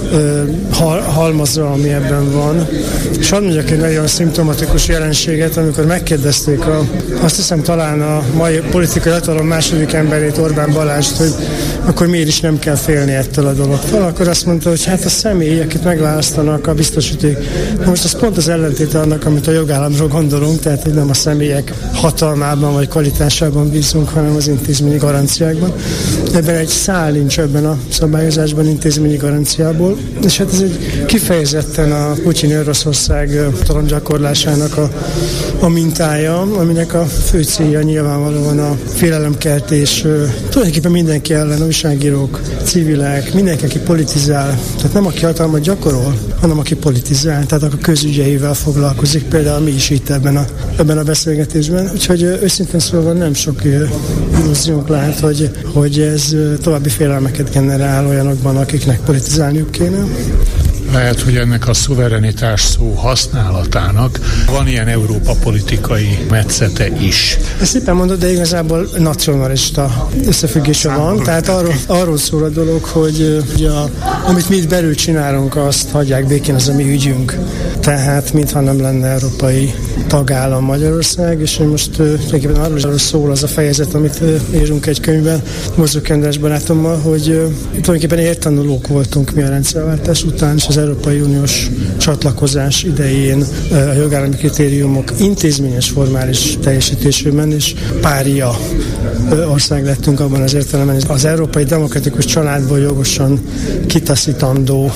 halmaza, ami ebben van. És hadd mondjak egy nagyon szimptomatikus jelenséget, amikor megkérdezték azt hiszem talán a mai politikai hatalom második emberét, Orbán Balást, hogy akkor miért is nem kell félni ettől a dologtól, akkor azt mondta, hogy hát a személy, akit megválasztanak, a biztosíték. Most az pont az ellentét annak, amit a jogállamról gondolunk, tehát hogy nem a személyek hatalmában vagy kvalitásában bízunk, hanem az intézményi garanciákban. Ebben egy szál nincs ebben a szabályozásban intézményi garanciából, és hát ez egy kifejezetten a putyini Oroszország hatalomgyakorlásának a mintája, aminek a fő célja nyilvánvalóan a félelemkeltés, tulajdonképpen mindenki ellen, újságírók, civilek, mindenki, aki politizál, tehát nem aki hatalmat gyakorol, hanem aki politizál, tehát a közügyeivel foglalkozik, például mi is itt ebben a beszélgetésben. Úgyhogy őszintén szólva nem sok illúziónk lehet, hogy ez további félelmeket generál olyanokban, akiknek politizálniuk kéne. Lehet, hogy ennek a szuverenitás szó használatának van ilyen Európa politikai metszete is. Ezt szépen mondod, de igazából nacionalista összefüggése van. Tehát arról szól a dolog, hogy amit mi itt belül csinálunk, azt hagyják békén, az a mi ügyünk. Tehát mintha nem lenne európai tagállam Magyarország, és most tulajdonképpen arról szól az a fejezet, amit írunk egy könyvben, Mozgók András barátommal, hogy tulajdonképpen értanulók voltunk mi a rendszerváltás után, és az Európai Uniós csatlakozás idején a jogállami kritériumok intézményes formális teljesítésében, és pária ország lettünk abban az értelemben, az európai demokratikus családból jogosan kitaszítandó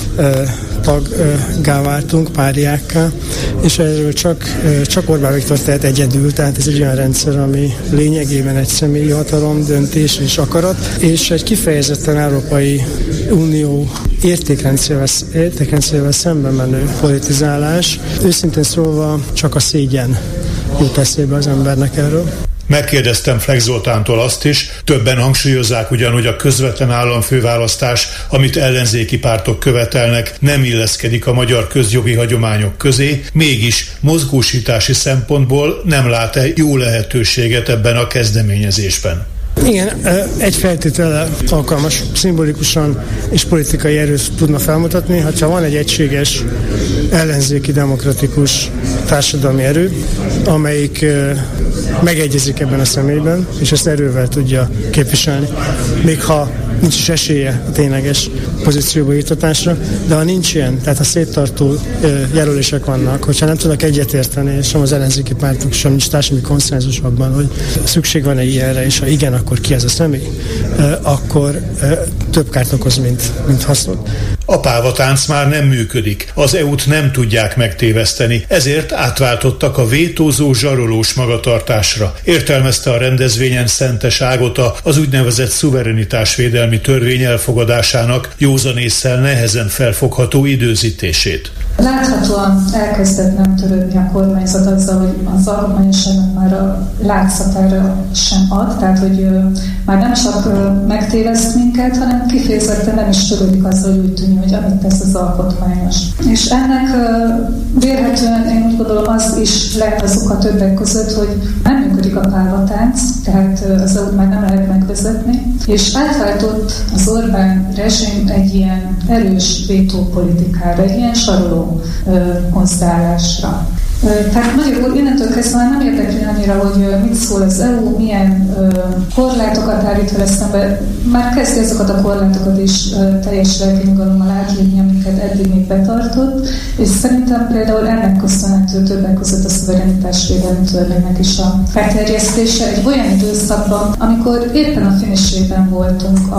taggá váltunk, páriákká, és erről csak Orbán Viktor tehet egyedül, tehát ez egy olyan rendszer, ami lényegében egy személyi hatalom, döntés és akarat, és egy kifejezetten Európai Unió értékrendszerével szemben menő politizálás. Őszintén szólva csak a szégyen jut eszébe az embernek erről. Megkérdeztem Flex Zoltántól azt is, többen hangsúlyozzák ugyan, hogy a közvetlen államfőválasztás, amit ellenzéki pártok követelnek, nem illeszkedik a magyar közjogi hagyományok közé, mégis mozgósítási szempontból nem lát-e jó lehetőséget ebben a kezdeményezésben. Igen, egy feltétele alkalmas szimbolikusan és politikai erőt tudna felmutatni, ha van egy egységes ellenzéki demokratikus társadalmi erő, amelyik megegyezik ebben a személyben, és ezt erővel tudja képviselni. Még ha nincs is esélye a tényleges pozícióba jutatásra, de ha nincs ilyen, tehát ha széttartó jelölések vannak, hogyha nem tudnak egyetérteni, és sem az ellenzéki pártok sem nincs társadalmi konszenzus abban, hogy szükség van-e ilyenre, és ha igen, akkor ki ez a személy, akkor több kárt okoz, mint hasznot. A pávatánc már nem működik, az EU-t nem tudják megtéveszteni, ezért átváltottak a vétózó, zsarolós magatartásra. Értelmezte a rendezvényen Szentes Ágota az úgynevezett szuverenitásvédelmi törvény elfogadásának józan ésszel nehezen felfogható időzítését. Láthatóan elkezdett nem törődni a kormányzat azzal, hogy az alkotmányosságnak már a látszatára sem ad, tehát hogy már nem csak megtéveszt minket, hanem kifejezetten nem is törődik azzal, hogy úgy tűnik, hogy amit tesz az alkotmányos. És ennek vélhetően én úgy gondolom az is lehet az oka többek között, hogy nem működik a pávatánc, tehát az EU-t már nem lehet megvezetni, és átváltott az Orbán rezsim egy ilyen erős vétópolitikára, egy ilyen saroló hozzáállásra. Tehát magyarul innentől kezdve már nem érdekli annyira, hogy mit szól az EU, milyen korlátokat állít vele szembe. Már kezdi azokat a korlátokat is teljes lelkinyugalommal átlépni, amiket eddig még betartott, és szerintem például ennek köszönhető többek között a szuverenitásvédelmi törvénynek is a beterjesztése egy olyan időszakban, amikor éppen a finisében voltunk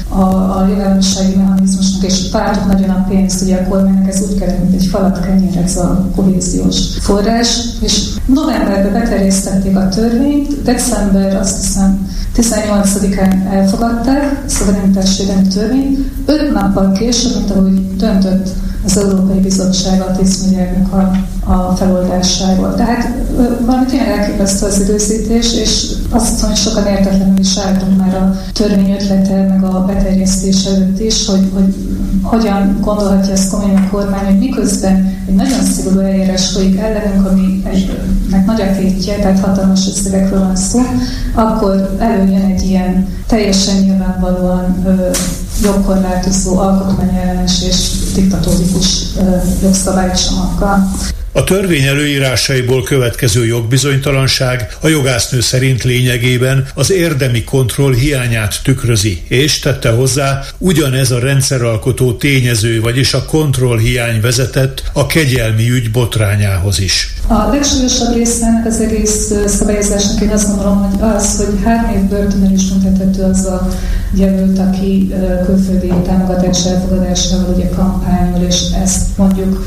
a jogállamisági mechanizmusnak, és vártuk nagyon a pénzt, ugye a kormánynak ez úgy kellett, mint egy falat kenyér, ez a kohéziós forrás, és novemberben beterjesztették a törvényt, december azt hiszem 18-án elfogadták a szuverenitásvédelmi törvényt, 5 nappal később, mint ahogy döntött az Európai Bizottság a 10 milliárdnak a feloldásáról. Tehát valami tényleg elképesztő az időzítés, és azt hiszem, hogy sokan értetlenül is álltunk már a törvény ötlete, meg a beterjesztés előtt is, hogy hogyan gondolhatja ezt komolyan a kormány, hogy miközben egy nagyon szigorú eljárás folyik ellenünk, aminek nagy a tétje, tehát hatalmas összegekről van szó, akkor előjön egy ilyen teljesen nyilvánvalóan jogkorlátozó, alkotmányellenes és diktatórikus jogszabálycsomagokkal. A törvény előírásaiból következő jogbizonytalanság a jogásznő szerint lényegében az érdemi kontroll hiányát tükrözi, és tette hozzá, ugyanez a rendszeralkotó tényező, vagyis a kontrollhiány vezetett a kegyelmi ügy botrányához is. A legsúlyosabb része ennek az egész szabályozásnak én azt gondolom, hogy az, hogy 3 év börtönön is büntethető az a jelölt, aki külföldi támogatás elfogadásával ugye kampányol, és ezt mondjuk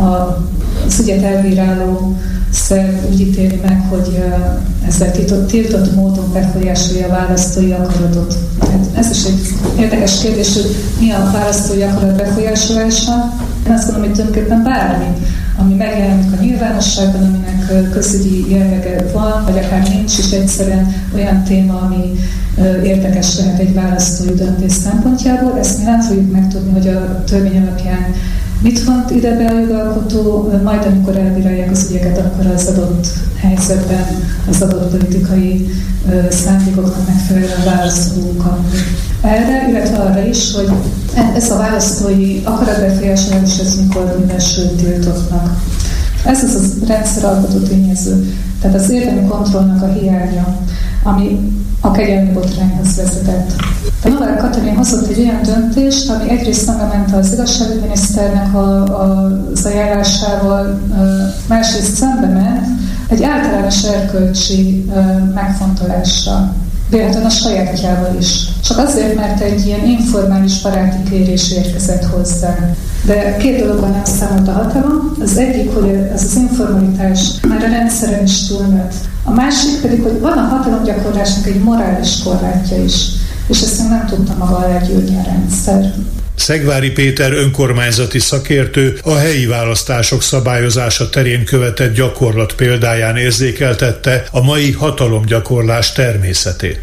az ügyet elbíráló szerv úgy ítéli meg, hogy ezzel tiltott módon befolyásolja a választói akaratot. Tehát ez is egy érdekes kérdés, hogy mi a választói akarat befolyásolása. Én azt gondolom, hogy tulajdonképpen bármi, ami megjelenik a nyilvánosságban, aminek közügyi jellege van, vagy akár nincs is egyszerűen olyan téma, ami érdekes lehet egy választói döntés szempontjából. Ezt mi nem fogjuk megtudni, hogy a törvény alapján mit vont ide be a jogalkotó, majd amikor elbírálják az ügyeket, akkor az adott helyzetben az adott politikai szándékoknak megfelelően választ fogunk kapni erre, illetve arra is, hogy ez a választói akaratbefolyásolás, ez mikor minősül tiltottnak. Ez az a rendszeralkotó tényező, tehát az érdemi kontrollnak a hiánya, ami a kegyelmi botrányhoz vezetett. A Novák Katalin hozott egy olyan döntést, ami egyrészt szembe ment az igazságügyminiszternek az ajánlásával, másrészt szembe ment egy általános erkölcsi megfontolással, véletlenül a sajátjával is. Csak azért, mert egy ilyen informális baráti kérés érkezett hozzá. De 2 dologban nem számolt a hatalom. Az egyik, hogy ez az informalitás már a rendszeren is túlnőtt. A másik pedig, hogy van a hatalomgyakorlásnak egy morális korlátja is. És ezt nem tudta maga alá gyűrni a rendszer. Szegvári Péter önkormányzati szakértő a helyi választások szabályozása terén követett gyakorlat példáján érzékeltette a mai hatalomgyakorlás természetét.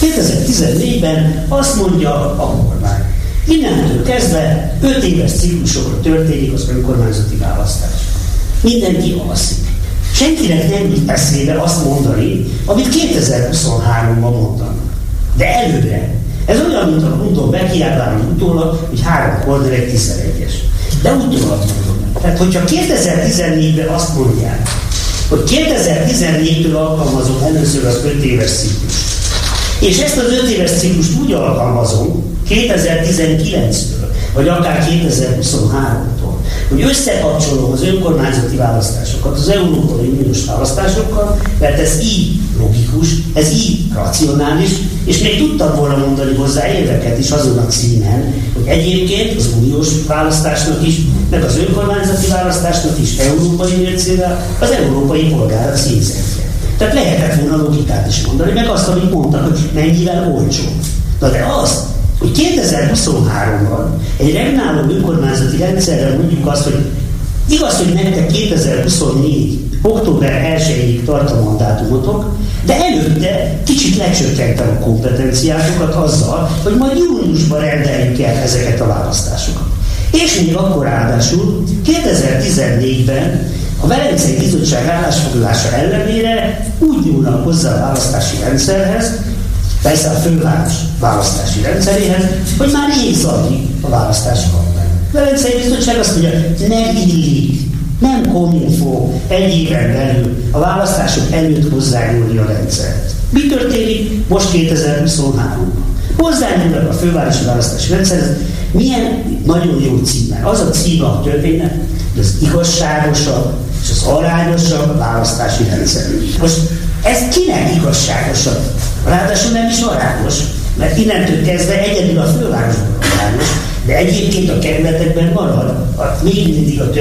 2014-ben azt mondja a kormány, innentől kezdve 5 éves ciklusokra történik az önkormányzati választás. Mindenki alszik. Senkinek nem jut eszébe azt mondani, amit 2023-ban mondanak. De előre. Ez olyan, mint a mondom, bekiállálni utólag, hogy 3 korner egy 11-es. De utólag mondom. Tehát, hogyha 2014-ben azt mondják, hogy 2014-től alkalmazom először az 5 éves ciklust, és ezt az 5 éves ciklust úgy alkalmazom 2019-től, vagy akár 2023-tól, hogy összekapcsolom az önkormányzati választásokat az Európai Uniós választásokkal, mert ez így logikus, ez így racionális, és még tudtam volna mondani hozzá érveket is azon a címen, hogy egyébként az uniós választásnak is, meg az önkormányzati választásnak is európai mércével az európai polgár a címzetje. Tehát lehetett volna logikát is mondani, meg azt, amit mondtak, hogy mennyivel olcsó. Na de azt, hogy 2023-ban egy regnáló önkormányzati rendszerrel mondjuk azt, hogy Igaz, hogy nektek 2024. október 1-ig tart a mandátumotok, de előtte kicsit lecsökkentem a kompetenciátokat azzal, hogy majd júniusban rendeljük el ezeket a választásokat. És még akkor ráadásul 2014-ben a Velencei Bizottság állásfoglalása ellenére úgy nyúlnak hozzá a választási rendszerhez, persze a főváros választási rendszeréhez, hogy már zajlik a választási kampány. A Velencei Bizottság azt mondja, nem illik, nem kommunfó egy éven belül a választások előtt hozzányúlni a rendszert. Mi történik most 2023-ban? Hozzányúlnak a fővárosi választási rendszerhez, milyen nagyon jó címe. Az a címe a törvénynek, hogy az igazságosabb és az arányosabb választási rendszer. Most ez kinek igazságosabb? Ráadásul nem is arányos, mert innentől kezdve egyedül a fővárosban arányos, de egyébként a kerületekben marad még mindig a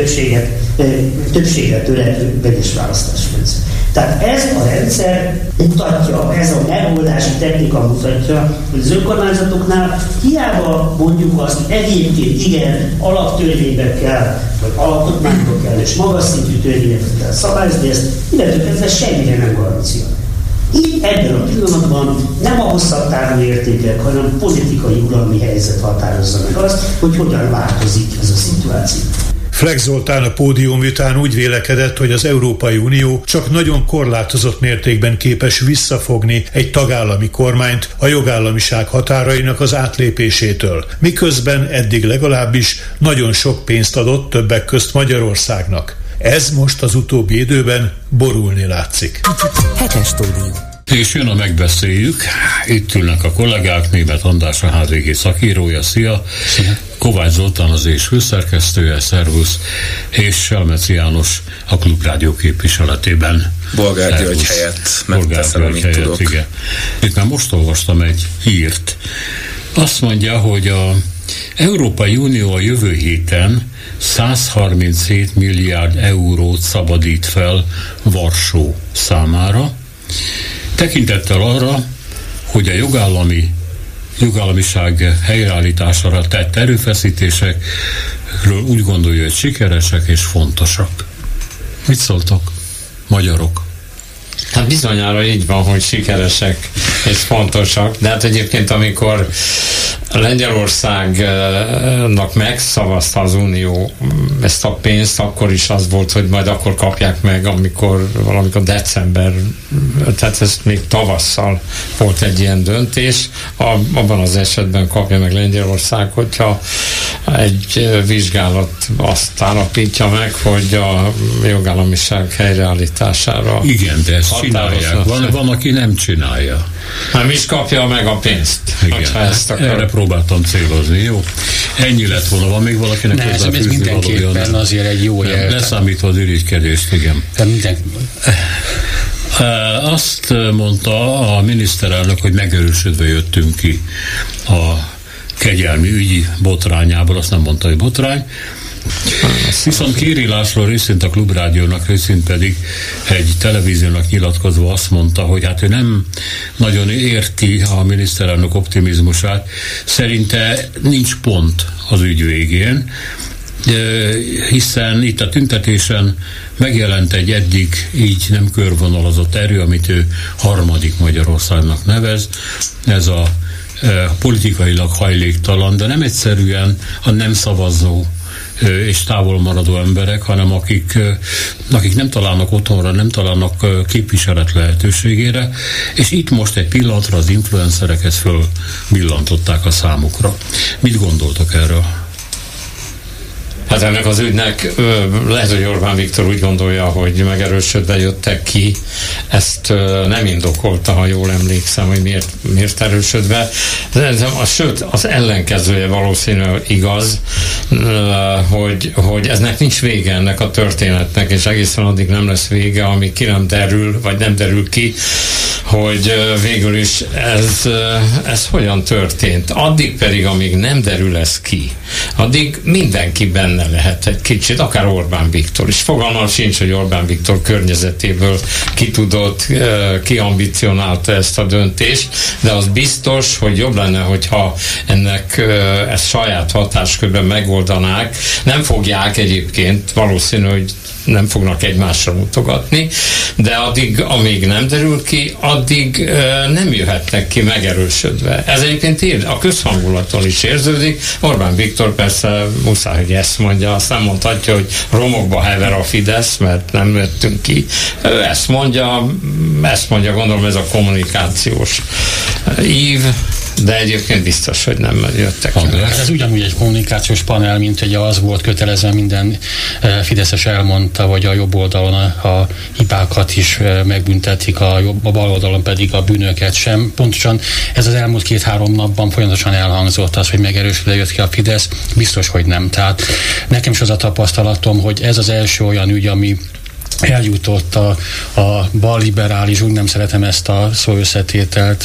többségre törekvő vegyes választási rendszer. Tehát ez a rendszer mutatja, ez a megoldási technika mutatja, hogy az önkormányzatoknál hiába mondjuk azt, hogy egyébként igen, alaptörvénybe kell, vagy alkotmányba kell, és magas szintű törvényeket kell szabályozni, ezt illetve ez semmire nem garancia. Itt ebben a pillanatban nem a hosszabb távú értékek, hanem a politikai uralmi helyzet határozza meg azt, hogy hogyan változik ez a szituáció. Flex Zoltán a pódiumvitán úgy vélekedett, hogy az Európai Unió csak nagyon korlátozott mértékben képes visszafogni egy tagállami kormányt a jogállamiság határainak az átlépésétől, miközben eddig legalábbis nagyon sok pénzt adott, többek közt Magyarországnak. Ez most az utóbbi időben borulni látszik. Hetes stúdió. És jön a megbeszéljük. Itt ülnek a kollégák, Németh András a HVG szakírója, szia! Kovács Zoltán az és főszerkesztője, szervusz, és Selmeci János a Klubrádió képviseletében. Bolgár György helyett megteszem, amit tudok. Igen. Itt már most olvastam egy hírt. Azt mondja, hogy a Európai Unió a jövő héten 137 milliárd eurót szabadít fel Varsó számára, tekintettel arra, hogy a jogállamiság helyreállítására tett erőfeszítésekről úgy gondolja, hogy sikeresek és fontosak. Mit szóltok, magyarok? Hát bizonyára így van, hogy sikeresek és fontosak, de hát egyébként amikor Lengyelországnak megszavazta az Unió ezt a pénzt, akkor is az volt, hogy majd akkor kapják meg, amikor valamikor december, tehát ez még tavasszal volt egy ilyen döntés. Abban az esetben kapja meg Lengyelország, hogyha egy vizsgálat azt állapítja meg, hogy a jogállamiság helyreállítására. Igen, de ezt csinálják. Van, aki nem csinálja. Nem is kapja meg a pénzt. Erre próbáltam célozni, jó? Ennyi lett volna. Van még valakinek hozzáfűzni valója? Mindenképpen azért egy jó jel. Leszámítva az irigykedést, igen. Azt mondta a miniszterelnök, hogy megerősödve jöttünk ki a kegyelmi ügyi botrányából, azt nem mondta, hogy botrány. Viszont Kéri László részint a Klubrádiónak, részint pedig egy televíziónak nyilatkozva azt mondta, hogy hát ő nem nagyon érti a miniszterelnök optimizmusát. Szerinte nincs pont az ügy végén, hiszen itt a tüntetésen megjelent egy eddig így nem körvonalazott erő, amit ő harmadik Magyarországnak nevez. Ez a politikailag hajléktalan, de nem egyszerűen a nem szavazó és távol maradó emberek, hanem akik nem találnak otthonra, nem találnak képviselet lehetőségére, és itt most egy pillanatra az influencerek ezt fölbillantották a számukra. Mit gondoltak erről? Hát ennek az ügynek lehet, hogy Orbán Viktor úgy gondolja, hogy megerősödve jöttek ki. Ezt nem indokolta, ha jól emlékszem, hogy miért erősödve. Sőt, az ellenkezője valószínűleg igaz, hogy eznek nincs vége, ennek a történetnek, és egészen addig nem lesz vége, amíg ki nem derül, vagy nem derül ki, hogy végül is ez hogyan történt. Addig pedig, amíg nem derül ez ki, addig mindenki benne benne lehet egy kicsit, akár Orbán Viktor is. Fogalmam sincs, hogy Orbán Viktor környezetéből ki ambicionálta ezt a döntést, de az biztos, hogy jobb lenne, hogyha ezt saját hatáskörben megoldanák. Nem fogják egyébként, valószínű, hogy nem fognak egymásra mutogatni, de addig, amíg nem derül ki, addig nem jöhetnek ki megerősödve. Ez egyébként a közhangulaton is érződik. Orbán Viktor persze muszáj, hogy ezt mondja, azt nem mondhatja, hogy romokba hever a Fidesz, mert nem jöttünk ki. Ezt mondja, gondolom ez a kommunikációs ív, de egyébként biztos, hogy nem jöttek ki. Ez ugyanúgy egy kommunikációs panel, mint ugye az volt kötelező, minden fideszes elmondta, hogy a jobb oldalon a hibákat is megbüntetik, a bal oldalon pedig a bűnöket sem. Pontosan ez az elmúlt 2-3 napban folyamatosan elhangzott az, hogy megerősödve jött ki a Fidesz, biztos, hogy nem. Tehát nekem is az a tapasztalatom, hogy ez az első olyan ügy, ami eljutott a balliberális, úgy nem szeretem ezt a szó összetételt,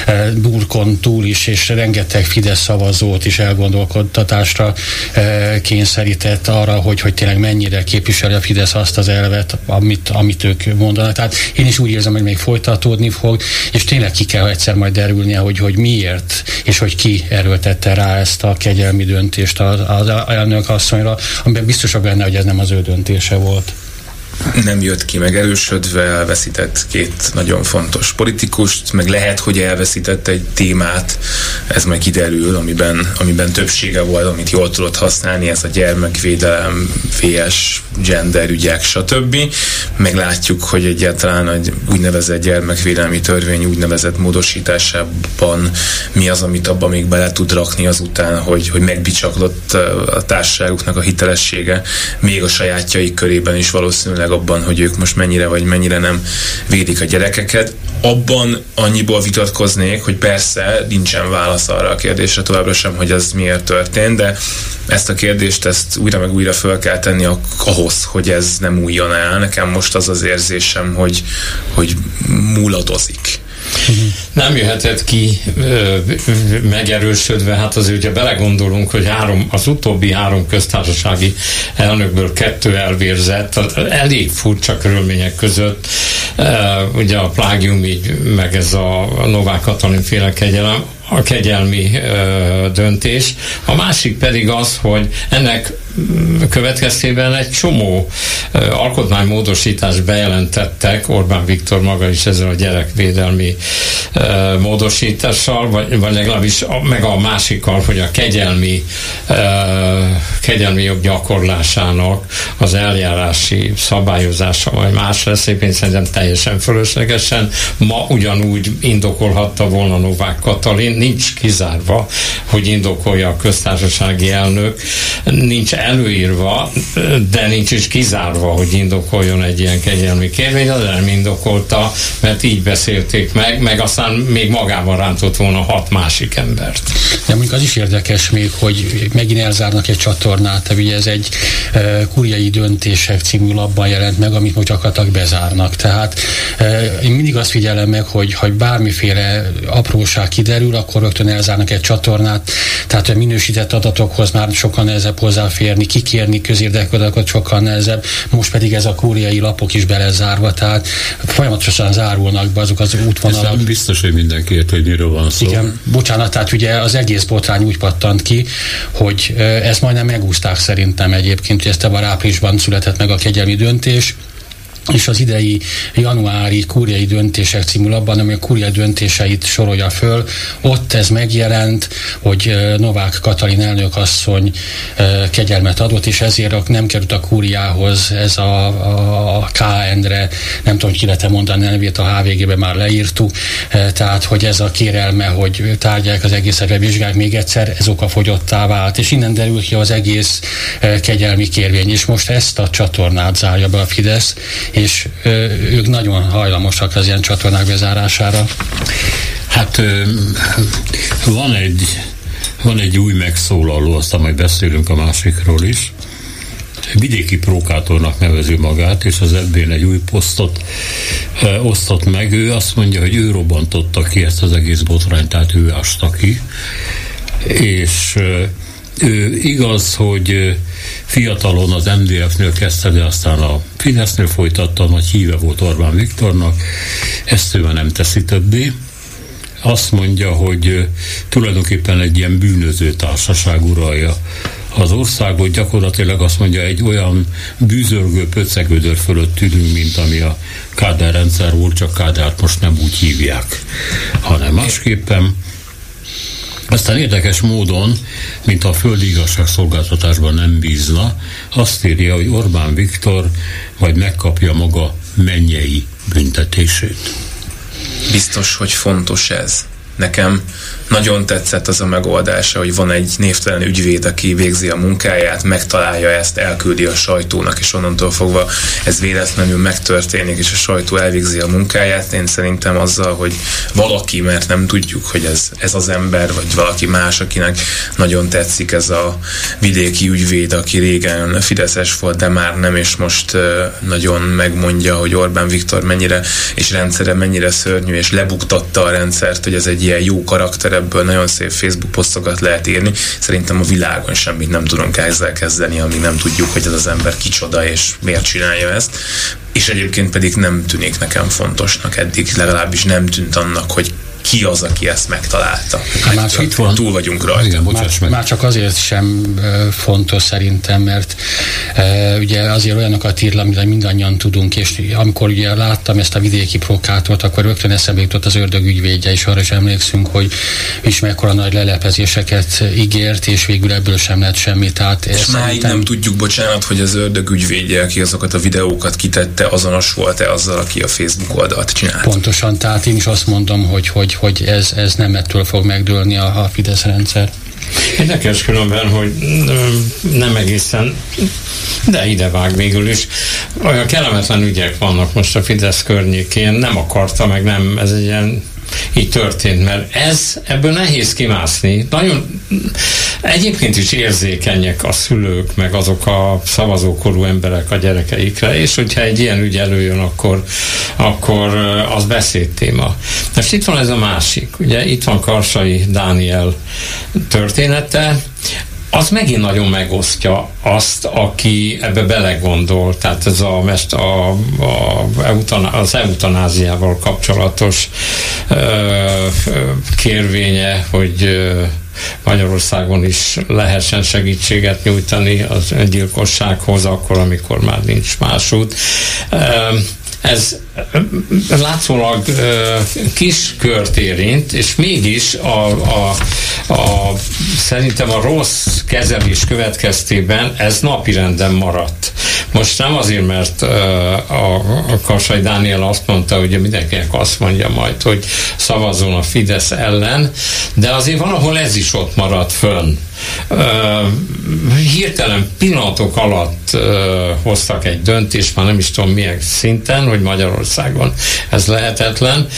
burkon túl is, és rengeteg Fidesz szavazót is elgondolkodtatásra kényszerített arra, hogy tényleg mennyire képviseli a Fidesz azt az elvet, amit ők mondanak. Tehát én is úgy érzem, hogy még folytatódni fog, és tényleg ki kell egyszer majd derülnie, hogy miért, és hogy ki erőltette rá ezt a kegyelmi döntést az elnök asszonyra, amiben biztosak benne, hogy ez nem az ő döntése volt. Nem jött ki megerősödve, elveszített 2 nagyon fontos politikust, meg lehet, hogy elveszített egy témát, ez majd kiderül, amiben többsége volt, amit jól tudott használni, ez a gyermekvédelem, VS, gender ügyek, stb. Meglátjuk, hogy egyáltalán egy úgynevezett gyermekvédelmi törvény úgynevezett módosításában mi az, amit abban még bele tud rakni azután, hogy megbicsaklott a társaságuknak a hitelessége, még a sajátjaik körében is valószínűleg abban, hogy ők most mennyire vagy mennyire nem védik a gyerekeket. Abban annyiból vitatkoznék, hogy persze nincsen válasz arra a kérdésre továbbra sem, hogy ez miért történt, de ezt a kérdést újra meg újra föl kell tenni ahhoz, hogy ez nem újjon el. Nekem most az az érzésem, hogy múladozik. Nem jöhetett ki megerősödve, hát azért ugye belegondolunk, hogy az utóbbi 3 köztársasági elnökből 2 elvérzett, elég furcsa körülmények között, ugye a plágiumügy, meg ez a Novák Katalin féle kegyelem, a kegyelmi döntés. A másik pedig az, hogy ennek következtében egy csomó alkotmánymódosítást bejelentettek, Orbán Viktor maga is ezzel a gyerekvédelmi módosítással, vagy legalábbis meg a másikkal, hogy a kegyelmi jog gyakorlásának az eljárási szabályozása vagy más lesz, éppen szerintem teljesen fölöslegesen. Ma ugyanúgy indokolhatta volna Novák Katalin, nincs kizárva, hogy indokolja a köztársasági elnök, nincs előírva, de nincs is kizárva, hogy indokoljon egy ilyen kegyelmi kérvényt, az nem indokolta, mert így beszélték meg aztán még magában rántott volna 6 másik embert. De mondjuk az is érdekes még, hogy megint elzárnak egy csatornát, ugye ez egy Kuriai Döntések című lapban jelent meg, amit most gyakorlatilag bezárnak. Tehát én mindig azt figyelem meg, hogy bármiféle apróság kiderül, akkor rögtön elzárnak egy csatornát, tehát a minősített adatokhoz már sokkal nehezebb hozzáférni, kikérni közérdekű adatokat sokkal nehezebb, most pedig ez a kuriai lapok is belezárva, tehát folyamatosan zárulnak be azok az útvonalak. Ez biztos, hogy mindenki ért, hogy miről van szó. Igen, bocsánat, tehát ugye az egész botrány úgy pattant ki, hogy ezt majdnem megúszták szerintem egyébként, hogy ezt a áprilisban született meg a kegyelmi döntés, és az idei januári Kuriai Döntések című labban, ami a Kuria döntéseit sorolja föl, ott ez megjelent, hogy Novák Katalin elnökasszony kegyelmet adott, és ezért nem került a Kuriához ez a KN-re, nem tudom, ki lehet mondani a nevét, a HVG-ben már leírtuk, tehát, hogy ez a kérelme, hogy tárgyalják az egészet, vizsgálják még egyszer, ez okafogyottá vált, és innen derül ki az egész kegyelmi kérvény, és most ezt a csatornát zárja be a Fidesz, és ők nagyon hajlamosak az ilyen csatornák bezárására. Hát van egy új megszólaló, aztán majd beszélünk a másikról is. Vidéki prókátornak nevező magát, és az FB-n egy új posztot osztott meg. Ő azt mondja, hogy ő robbantotta ki ezt az egész botrányt, tehát ő ásta ki, és Igaz, hogy fiatalon az MDF-nél kezdte, de aztán a Fidesznél folytatta, nagy híve volt Orbán Viktornak, ezt ő nem teszi többé. Azt mondja, hogy tulajdonképpen egy ilyen bűnöző társaság uralja az országot, gyakorlatilag azt mondja, egy olyan bűzölgő pöcegödör fölött ülünk, mint ami a Kádár rendszer volt, csak Kádárt most nem úgy hívják, hanem másképpen. Aztán érdekes módon, mint a földi igazságszolgáltatásban nem bízna, azt írja, hogy Orbán Viktor majd megkapja maga mennyei büntetését. Biztos, hogy fontos ez. Nekem nagyon tetszett az a megoldása, hogy van egy névtelen ügyvéd, aki végzi a munkáját, megtalálja ezt, elküldi a sajtónak, és onnantól fogva ez véletlenül megtörténik, és a sajtó elvégzi a munkáját. Én szerintem azzal, hogy valaki, mert nem tudjuk, hogy ez az ember, vagy valaki más, akinek nagyon tetszik ez a vidéki ügyvéd, aki régen fideszes volt, de már nem, és most nagyon megmondja, hogy Orbán Viktor mennyire, és rendszere mennyire szörnyű, és lebuktatta a rendszert, hogy ez egy ilyen jó karakter, ebből nagyon szép Facebook posztokat lehet írni. Szerintem a világon semmit nem tudunk ezzel kezdeni, amíg nem tudjuk, hogy ez az ember kicsoda és miért csinálja ezt. És egyébként pedig nem tűnik nekem fontosnak eddig, legalábbis nem tűnt annak, hogy ki az, aki ezt megtalálta. Már itt van. Túl vagyunk rajta. Igen, már csak azért sem fontos szerintem, mert ugye azért olyanokat ír, amit mindannyian tudunk, és amikor ugye láttam ezt a vidéki provokátort, akkor rögtön eszembe jutott az ördög ügyvédje, és arra is emlékszünk, hogy is mekkora nagy lelepezéseket ígért, és végül ebből sem lett semmi. Tehát és máig nem tudjuk, bocsánat, hogy az ördög ügyvédje, aki azokat a videókat kitette, azonos volt-e azzal, aki a Facebook oldalt csinált. Pontosan, tehát én is azt mondom, hogy ez nem ettől fog megdőlni a Fidesz rendszer. Érdekes különben, hogy nem egészen, de idevág végül is. Olyan kellemetlen ügyek vannak most a Fidesz környékén, nem akarta, meg nem, ez egy ilyen így történt, mert ebből nehéz kimászni. Nagyon egyébként is érzékenyek a szülők, meg azok a szavazókorú emberek a gyerekeikre, és hogyha egy ilyen ügy előjön, akkor az beszédtéma. Most itt van ez a másik, ugye itt van Karsai Dániel története, az megint nagyon megosztja azt, aki ebbe belegondol, tehát ez az eutanáziával kapcsolatos kérvénye, hogy Magyarországon is lehessen segítséget nyújtani az öngyilkossághoz, akkor, amikor már nincs más út. Ez látszólag kis kört érint, és mégis szerintem a rossz kezelés következtében ez napirenden maradt. Most nem azért, mert a Karsai Dániel azt mondta, hogy mindenkinek azt mondja majd, hogy szavazzon a Fidesz ellen, de azért van, ahol ez is ott maradt fönn. Hirtelen pillanatok alatt hoztak egy döntést, már nem is tudom milyen szinten, hogy Magyarországon ez lehetetlen,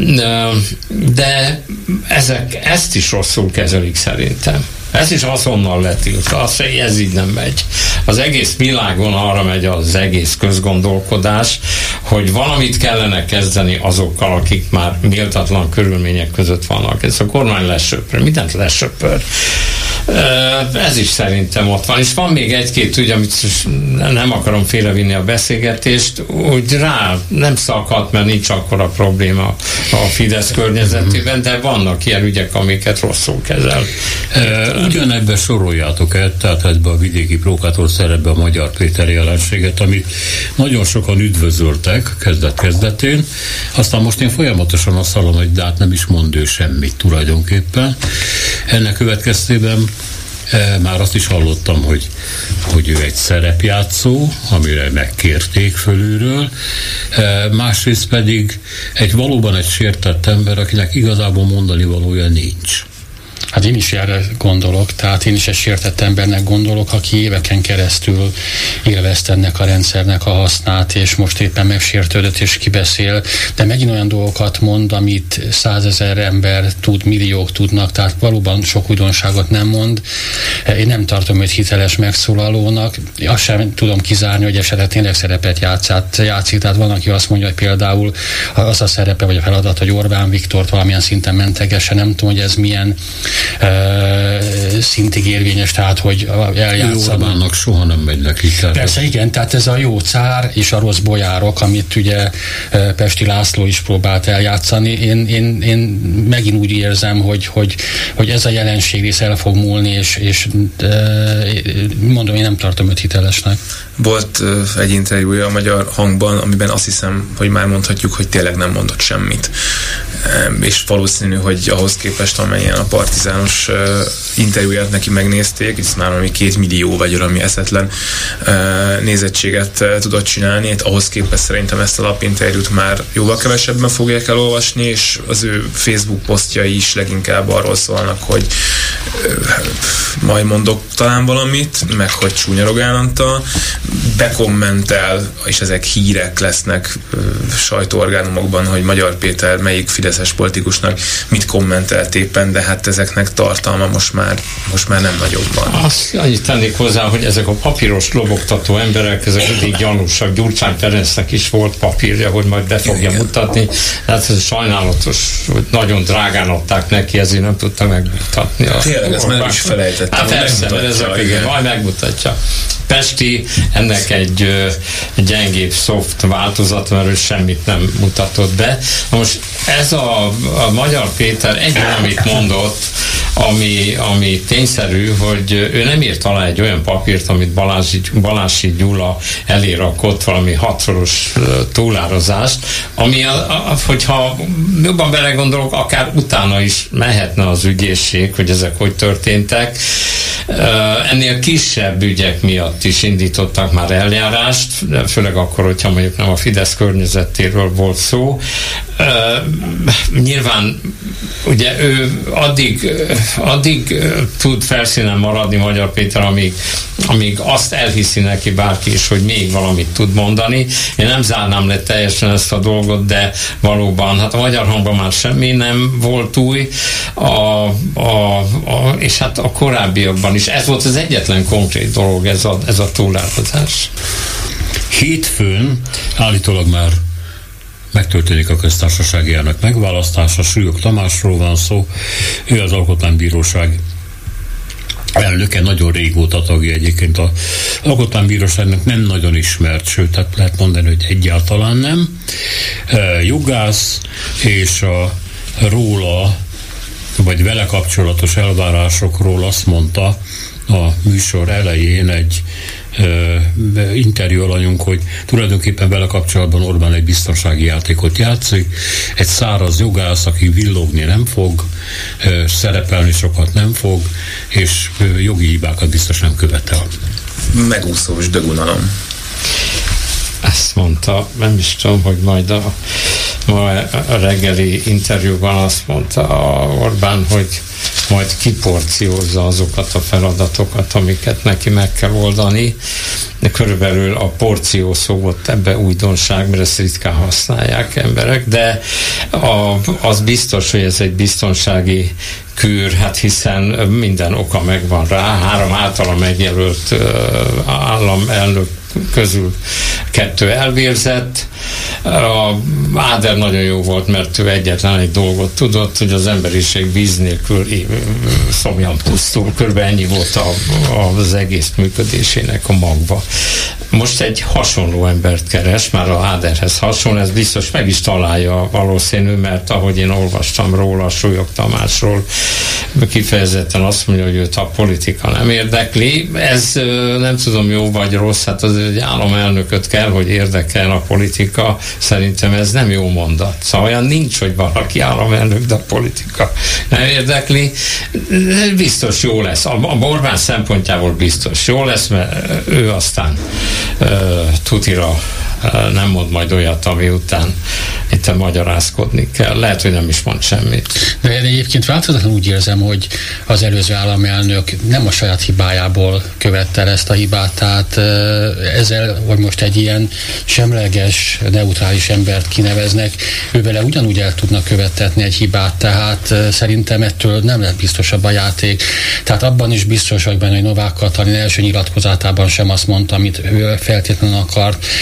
de ezt is rosszul kezelik szerintem. Ez is azonnal letiltva, ez így nem megy. Az egész világon arra megy az egész közgondolkodás, hogy valamit kellene kezdeni azokkal, akik már méltatlan körülmények között vannak. Ez a kormány lesöpör, mindent lesöpör. Ez is szerintem ott van. És van még egy-két ügy, amit nem akarom félrevinni a beszélgetést, úgy rá nem szakadt, mert nincs akkora probléma a Fidesz környezetében, de vannak ilyen ügyek, amiket rosszul kezel. Ugyanebbe soroljátok el, tehát ebbe a vidéki provokátor szerepbe a Magyar Péter jelenséget, amit nagyon sokan üdvözöltek kezdet-kezdetén, aztán most én folyamatosan azt hallom, hogy de hát nem is mond ő semmit tulajdonképpen. Ennek következtében már azt is hallottam, hogy ő egy szerepjátszó, amire megkérték fölülről, másrészt pedig valóban egy sértett ember, akinek igazából mondani valója nincs. Hát én is erre gondolok, tehát én is egy sértett embernek gondolok, aki éveken keresztül élvezte ennek a rendszernek a hasznát, és most éppen megsértődött és kibeszél, de megint olyan dolgokat mond, amit 100 000 ember tud, milliók tudnak, tehát valóban sok újdonságot nem mond. Én nem tartom őt hiteles megszólalónak, azt sem tudom kizárni, hogy esetleg tényleg szerepet játszik, tehát van, aki azt mondja, hogy például az a szerepe vagy a feladat, hogy Orbán Viktort valamilyen szinten mentegesse, nem tudom, hogy ez milyen szintig érvényes, tehát hogy eljátszani. Orbánnak soha nem megy neki. Persze igen, tehát ez a jó cár és a rossz bolyárok, amit ugye Pesti László is próbált eljátszani. Én megint úgy érzem, hogy ez a jelenség rész el fog múlni, és mondom, én nem tartom őt hitelesnek. Volt egy interjúja a Magyar Hangban, amiben azt hiszem, hogy már mondhatjuk, hogy tényleg nem mondott semmit. És valószínű, hogy ahhoz képest, amelyen a Partizános interjúját neki megnézték, hisz már ami 2 millió vagy valami eszetlen nézettséget tudott csinálni, ahhoz képest szerintem ezt a lapinterjút már jóval kevesebben fogják elolvasni, és az ő Facebook posztjai is leginkább arról szólnak, hogy majd mondok talán valamit, meg hogy csúnya Rogán Antal, bekommentel, és ezek hírek lesznek sajtóorgánumokban, hogy Magyar Péter melyik fideszes politikusnak mit kommentelt éppen, de hát ezeknek tartalma most már nem nagyobb van. Azt annyit tennék hozzá, hogy ezek a papíros lobogtató emberek, ezek mindig gyanúsak. Gyurcsány Ferencnek is volt papírja, hogy majd be fogja mutatni. Hát ez sajnálatos, hogy nagyon drágán adták neki, ezért nem tudta megmutatni. Tényleg, ezt már is felejtettem. Hát persze, majd megmutatja. Pesti ennek egy gyengébb soft változat, mert ő semmit nem mutatott be. Most ez a Magyar Péter egy amit mondott, ami tényszerű, hogy ő nem írt alá egy olyan papírt, amit Balási Gyula elé rakott, valami 6-szoros túlárazást, ami, hogyha jobban belegondolok, akár utána is mehetne az ügyészség, hogy ezek hogy történtek. Ennél kisebb ügyek miatt is indítottak már eljárást, főleg akkor, hogyha mondjuk nem a Fidesz környezetéről volt szó. Nyilván ugye ő addig tud felszínen maradni Magyar Péter, amíg azt elhiszi neki bárki is, hogy még valamit tud mondani. Én nem zárnám le teljesen ezt a dolgot, de valóban, hát a Magyar Hangban már semmi nem volt új, és hát a korábbiakban is. Ez volt az egyetlen konkrét dolog, ez a túlárazás. Hétfőn állítólag már megtörténik a köztársasági elnök megválasztása, Súlyog Tamásról van szó, ő az Alkotmánybíróság elnöke, nagyon régóta tagja egyébként. Az Alkotmánybíróságnak nem nagyon ismert, sőt, tehát lehet mondani, hogy egyáltalán nem. Jogász, és a róla, vagy vele kapcsolatos elvárásokról azt mondta a műsor elején egy interjú alanyunk, hogy tulajdonképpen vele kapcsolatban Orbán egy biztonsági játékot játszik, egy száraz jogász, aki villogni nem fog, szerepelni sokat nem fog, és jogi hibákat biztos nem követel. Megúszós dögunalom. Ezt mondta, nem is tudom, hogy majd a reggeli interjúban azt mondta Orbán, hogy majd kiporciózza azokat a feladatokat, amiket neki meg kell oldani. De körülbelül a porció szó volt ebbe újdonság, mert ezt ritkán használják emberek, de az biztos, hogy ez egy biztonsági kür, hát hiszen minden oka megvan rá, 3 általa megjelölt államelnök közül 2 elvérzett. A Áder nagyon jó volt, mert ő egyetlen egy dolgot tudott, hogy az emberiség víz nélkül szomjan pusztul. Körülbelül ennyi volt az egész működésének a magva. Most egy hasonló embert keres, már a Áderhez hasonló, ez biztos meg is találja valószínű, mert ahogy én olvastam róla, Súlyog Tamásról, kifejezetten azt mondja, hogy őt a politika nem érdekli. Ez nem tudom jó vagy rossz, hát az egy államelnököt kell, hogy érdekel a politika. Szerintem ez nem jó mondat. Szóval olyan nincs, hogy valaki államelnök, de a politika nem érdekli. Biztos jó lesz. A Orbán szempontjából biztos jó lesz, mert ő aztán tutira nem mond majd olyat, ami után itt magyarázkodni kell. Lehet, hogy nem is mond semmit. De én egyébként változatlanul úgy érzem, hogy az előző államelnök nem a saját hibájából követte el ezt a hibát, tehát ezzel, hogy most egy ilyen semleges, neutrális embert kineveznek, ővele ugyanúgy el tudnak követtetni egy hibát, tehát szerintem ettől nem lett biztosabb a játék. Tehát abban is biztos vagy benne, hogy Novák Katalin első nyilatkozatában sem azt mondta, amit ő feltétlenül akart, nem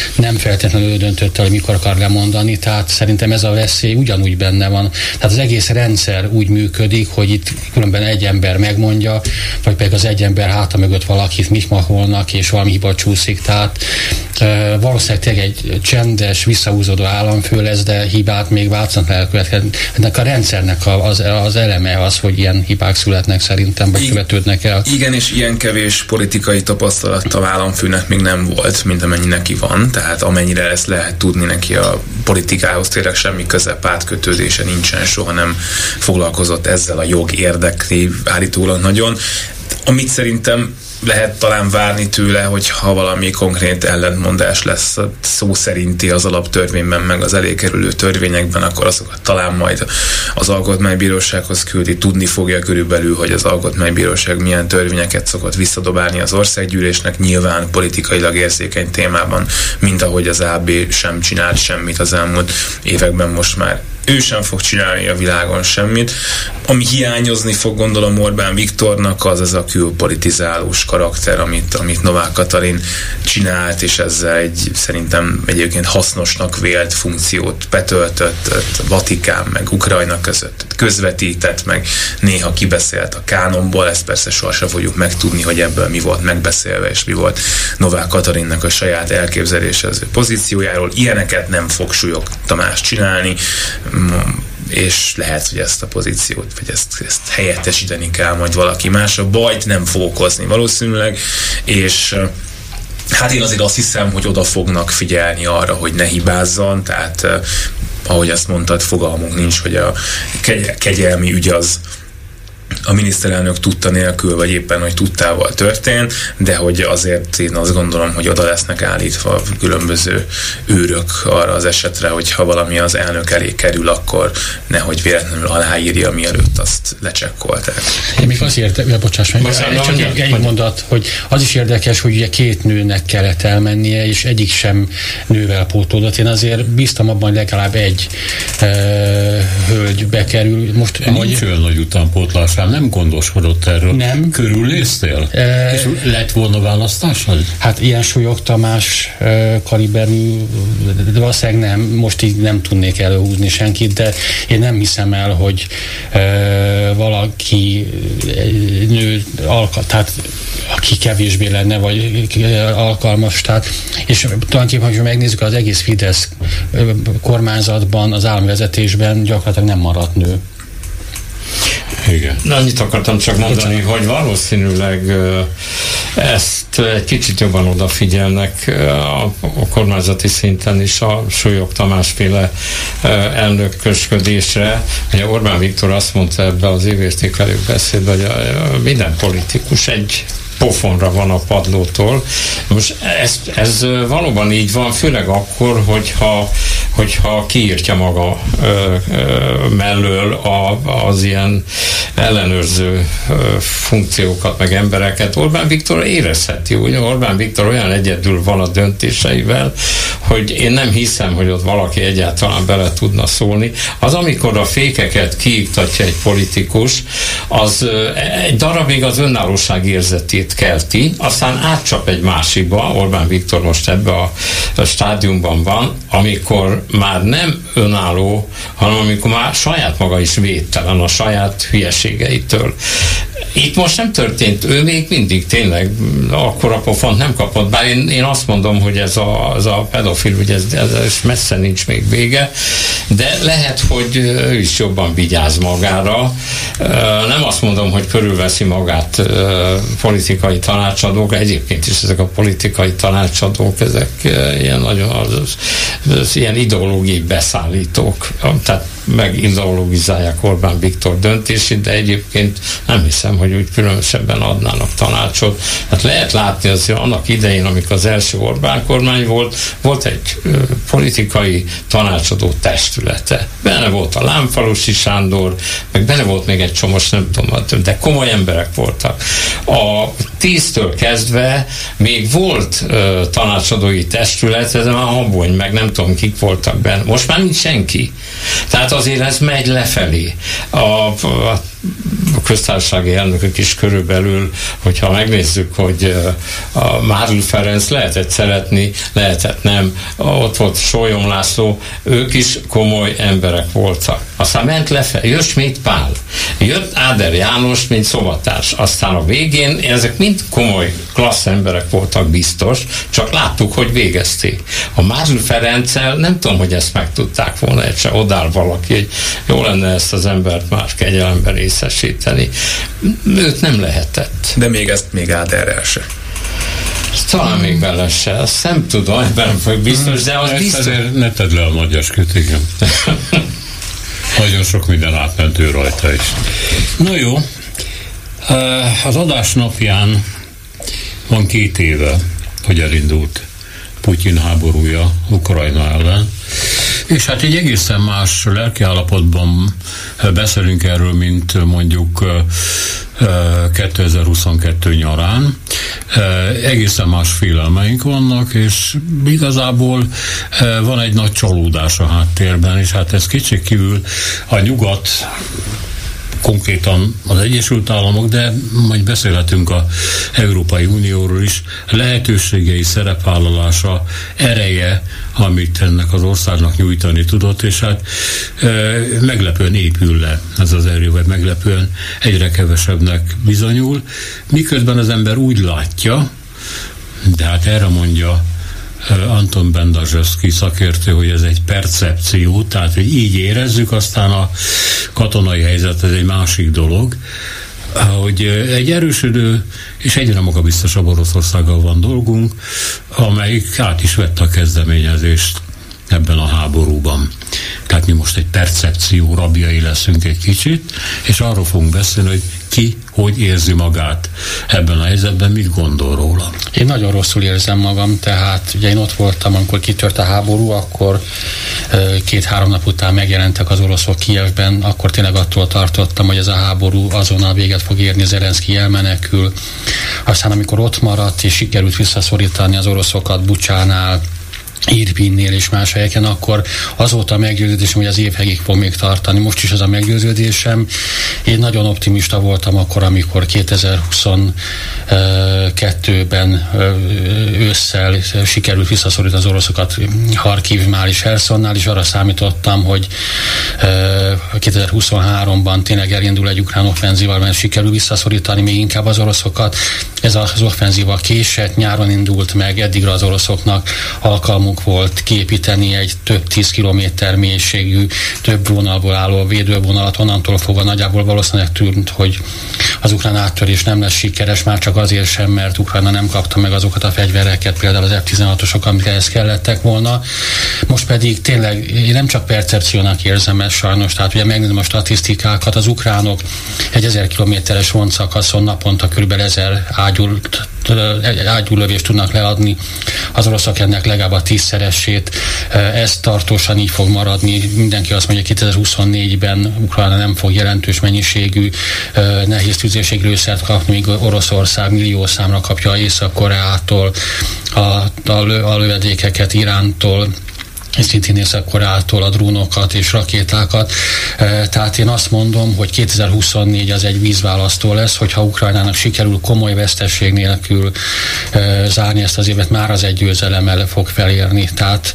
feltétlenül döntött el, hogy mikor akar lemondani, tehát szerintem ez a veszély ugyanúgy benne van. Tehát az egész rendszer úgy működik, hogy itt különben egy ember megmondja, vagy pedig az egy ember háta mögött valakit mitmaholnak, és valami hiba csúszik. Tehát valószínűleg tényleg egy csendes, visszahúzódó államfő lesz, de hibát még változatlanul elkövetkezni. Ennek a rendszernek az eleme az, hogy ilyen hibák születnek szerintem, vagy követődnek el. Igen, és ilyen kevés politikai tapasztalata államfőnek még nem volt, mint amennyi neki van, tehát amennyire ezt lehet tudni, neki a politikához tényleg semmi köze, pártkötődése nincsen, soha nem foglalkozott ezzel a jog érdekli állítólag nagyon. Amit szerintem lehet talán várni tőle, hogy ha valami konkrét ellentmondás lesz a szó szerinti az alaptörvényben, meg az elé kerülő törvényekben, akkor azokat talán majd az Alkotmánybírósághoz küldi, tudni fogja körülbelül, hogy az Alkotmánybíróság milyen törvényeket szokott visszadobálni az országgyűlésnek, nyilván politikailag érzékeny témában, mint ahogy az AB sem csinált semmit az elmúlt években, most már ő sem fog csinálni a világon semmit. Ami hiányozni fog, gondolom, Orbán Viktornak, az a külpolitizálós karakter, amit Novák Katalin csinált, és ezzel egy szerintem egyébként hasznosnak vélt funkciót betöltött Vatikán meg Ukrajna között, közvetített, meg néha kibeszélt a kánonból, ezt persze sohasem fogjuk megtudni, hogy ebből mi volt megbeszélve, és mi volt Novák Katalinnak a saját elképzelése az ő pozíciójáról. Ilyeneket nem fog Súlyog Tamás csinálni, és lehet, hogy ezt a pozíciót, vagy ezt helyettesíteni kell majd valaki más, a bajt nem fog okozni valószínűleg, és hát én azért azt hiszem, hogy oda fognak figyelni arra, hogy ne hibázzon, tehát ahogy azt mondtad, fogalmunk nincs, hogy a kegyelmi ügy az a miniszterelnök tudta nélkül, vagy éppen, hogy tudtával történt, de hogy azért én azt gondolom, hogy oda lesznek állítva különböző őrök arra az esetre, hogy ha valami az elnök elé kerül, akkor nehogy véletlenül aláírja, mielőtt azt lecsekkolták. Én még az bocsáss meg, csak egy mondat, hogy az is érdekes, hogy ugye 2 nőnek kellett elmennie, és egyik sem nővel pótolódott. Én azért bíztam abban, hogy legalább egy hölgy bekerül. Most, nincs olyan nagy utánpótlás, nem gondoskodott erről. Nem. Körülnéztél? És lett volna választásod? Hát ilyen Súlyog Tamás kaliberű, de valószínűleg nem, most így nem tudnék előhúzni senkit, de én nem hiszem el, hogy valaki nő tehát aki kevésbé lenne, vagy alkalmas. Tehát, és tulajdonképpen, hogyha megnézzük, az egész Fidesz kormányzatban, az államvezetésben gyakorlatilag nem maradt nő. Igen. Annyit akartam csak mondani, hogy valószínűleg ezt egy kicsit jobban odafigyelnek a kormányzati szinten is a Súlyog Tamás-féle elnökösködésre. Ugye Orbán Viktor azt mondta ebbe az évértékelő beszédben, hogy minden politikus egy pofonra van a padlótól. Most ez valóban így van, főleg akkor, hogyha kiírtja maga mellől az ilyen ellenőrző funkciókat, meg embereket. Orbán Viktor érezheti, ugye Orbán Viktor olyan egyedül van a döntéseivel, hogy én nem hiszem, hogy ott valaki egyáltalán bele tudna szólni. Az, amikor a fékeket kiiktatja egy politikus, az egy darabig az önállóság érzetét kelti, aztán átcsap egy másikba. Orbán Viktor most ebbe a stádiumban van, amikor már nem önálló, hanem amikor már saját maga is védtelen a saját hülyeségeitől. Itt most nem történt, ő még mindig tényleg akkora pofont nem kapott, bár én azt mondom, hogy ez a pedofil, hogy ez messze nincs még vége, de lehet, hogy ő is jobban vigyáz magára. Nem azt mondom, hogy körülveszi magát politikai tanácsadók, egyébként is ezek a politikai tanácsadók, ezek ilyen nagyon ilyen ideológiai beszállítók, tehát megideologizálják Orbán Viktor döntését, de egyébként nem hiszem, hogy úgy különösebben adnának tanácsot. Hát lehet látni azért annak idején, amikor az első Orbán kormány volt egy politikai tanácsadó testülete. Benne volt a Lámfalusi Sándor, meg benne volt még egy csomós, nem tudom, de komoly emberek voltak. A 10-től kezdve még volt tanácsadói testület, ez már Habony, meg nem tudom, kik voltak benne. Most már nincs senki. Tehát azért ez megy lefelé. a köztársasági elnökök is körülbelül, hogyha megnézzük, hogy a Márl Ferenc lehetett szeretni, lehetett nem, ott volt Sólyom László, ők is komoly emberek voltak. Aztán ment lefelé, jött Schmidt Pál, jött Áder János, mint szobatárs. Aztán a végén ezek mind komoly, klassz emberek voltak biztos, csak láttuk, hogy végezték. A Márl Ferenccel nem tudom, hogy ezt meg tudták volna, egyszer odáll valaki, hogy jó lenne ezt az embert már kegyelemben részesíteni. Őt nem lehetett. De még Áderrel se. Talán még vele se, azt nem tudom, ebben nem vagyok biztos, de az biztos. Ne tedd le a nagy esküt, igen. Nagyon sok minden átmentő rajta is. Na jó, az adás napján van 2 éve, hogy elindult Putyin háborúja Ukrajna ellen, és hát egy egészen más lelkiállapotban beszélünk erről, mint mondjuk 2022 nyarán. Egészen más félelmeink vannak, és igazából van egy nagy csalódás a háttérben, és hát ez kétségkívül a nyugat, konkrétan az Egyesült Államok, de majd beszélhetünk az Európai Unióról is, lehetőségei, szerepvállalása, ereje, amit ennek az országnak nyújtani tudott, és hát meglepően épül le ez az erő, vagy meglepően egyre kevesebbnek bizonyul, miközben az ember úgy látja, de hát erre mondja Anton Bendazsevszky szakértő, hogy ez egy percepció, tehát hogy így érezzük, aztán a katonai helyzet ez egy másik dolog, hogy egy erősödő és egyre magabiztosabb Oroszországgal van dolgunk, amelyik át is vette a kezdeményezést ebben a háborúban. Tehát mi most egy percepció rabjai leszünk egy kicsit, és arról fogunk beszélni, hogy ki hogy érzi magát ebben a helyzetben, mit gondol róla? Én nagyon rosszul érzem magam, tehát ugye én ott voltam, amikor kitört a háború, akkor 2-3 nap után megjelentek az oroszok Kijevben, akkor tényleg attól tartottam, hogy ez a háború azonnal véget fog érni, Zelenszky elmenekül. Aztán amikor ott maradt, és sikerült visszaszorítani az oroszokat Bucsánál, Irpinnél és más helyeken, akkor az volt a meggyőződésem, hogy az év végig fog még tartani. Most is az a meggyőződésem. Én nagyon optimista voltam akkor, amikor 2022-ben ősszel sikerült visszaszorítani az oroszokat Harkivnál és Hersonnál, és arra számítottam, hogy 2023-ban tényleg elindul egy ukrán offenzíval, mert sikerül visszaszorítani még inkább az oroszokat. Ez az offenzíva késett, nyáron indult meg, eddigre az oroszoknak alkalmuk volt képíteni egy több 10 kilométer mélységű, több vonalból álló védővonalat, onnantól fogva nagyjából valószínűleg tűnt, hogy az ukrán áttörés nem lesz sikeres, már csak azért sem, mert Ukrajna nem kapta meg azokat a fegyvereket, például az F-16-osok, amik ehhez kellettek volna. Most pedig tényleg én nem csak percepciónak érzem ezt sajnos, tehát ugye megnézem a statisztikákat, az ukránok egy 1000 kilométeres frontszakaszon naponta kb. 1000 ágyúlövést tudnak leadni, az oroszok ennek legalább a 10-szeresét, ez tartósan így fog maradni. Mindenki azt mondja, 2024-ben Ukrajna nem fog jelentős mennyiségű nehéz tüzérséglőszert kapni, míg Oroszország milliószámra kapja Észak-Koreától a lövedékeket, Irántól, és szintén Észak-Koreától a drónokat és rakétákat. Tehát én azt mondom, hogy 2024 az egy vízválasztó lesz, hogyha Ukrajnának sikerül komoly vesztesség nélkül zárni ezt az évet, már az egy győzelemmel fog felérni. Tehát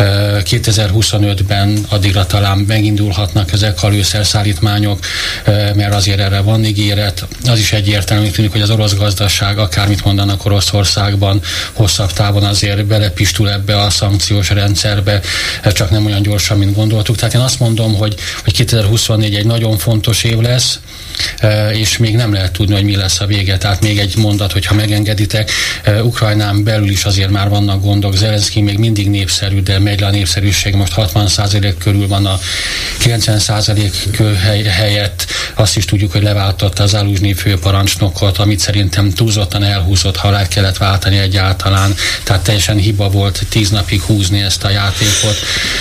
2025-ben addigra talán megindulhatnak ezek a lőszerszállítmányok, mert azért erre van ígéret. Az is egyértelmű tűnik, hogy az orosz gazdaság, akármit mondanak Oroszországban, hosszabb távon azért belepistül ebbe a szankciós rendszerbe, csak nem olyan gyorsan, mint gondoltuk. Tehát én azt mondom, hogy 2024 egy nagyon fontos év lesz, és még nem lehet tudni, hogy mi lesz a vége. Tehát még egy mondat, hogyha megengeditek, Ukrajnán belül is azért már vannak gondok. Zelenszky még mindig népszerű, de megy le a népszerűség, most 60% körül van, a 90% helyett azt is tudjuk, hogy leváltotta az Aluzsnyi főparancsnokot, amit szerintem túlzottan elhúzott, ha le kellett váltani egyáltalán. Tehát teljesen hiba volt 10 napig húzni ezt a játékot.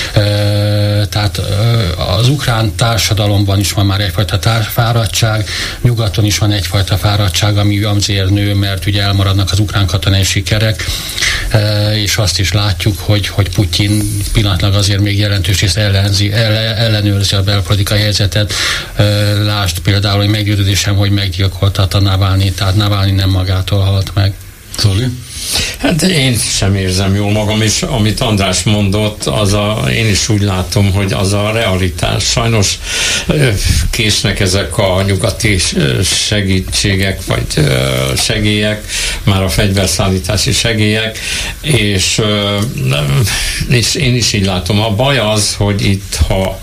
Tehát az ukrán társadalomban is van már egyfajta fáradtság, nyugaton is van egyfajta fáradtság, ami azért nő, mert ugye elmaradnak az ukrán katonai sikerek, és azt is látjuk, hogy Putyin pillanatlag azért még jelentős részt ellenőrzi a belpolitikai helyzetet. Lásd például, hogy meggyőződésem, hogy meggyilkoltatta Navalnyit, tehát Navalnyi nem magától halt meg. Zoli? Hát én sem érzem jól magam, és amit András mondott, én is úgy látom, hogy az a realitás. Sajnos késnek ezek a nyugati segítségek, vagy segélyek, már a fegyverszállítási segélyek, és én is így látom. A baj az, hogy itt, ha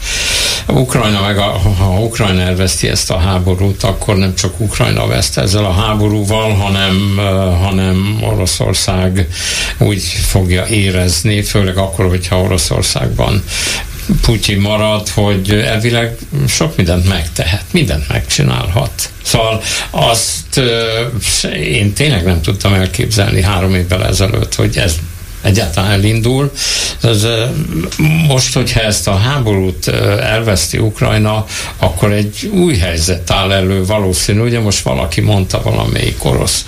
Ukrajna elveszti ezt a háborút, akkor nem csak Ukrajna veszt ezzel a háborúval, hanem Oroszország úgy fogja érezni, főleg akkor, hogyha Oroszországban Putyin marad, hogy elvileg sok mindent megtehet, mindent megcsinálhat. Szóval azt én tényleg nem tudtam elképzelni 3 évvel ezelőtt, hogy ez egyáltalán elindul. Most, hogyha ezt a háborút elveszti Ukrajna, akkor egy új helyzet áll elő valószínű. Ugye most valaki mondta, valamelyik orosz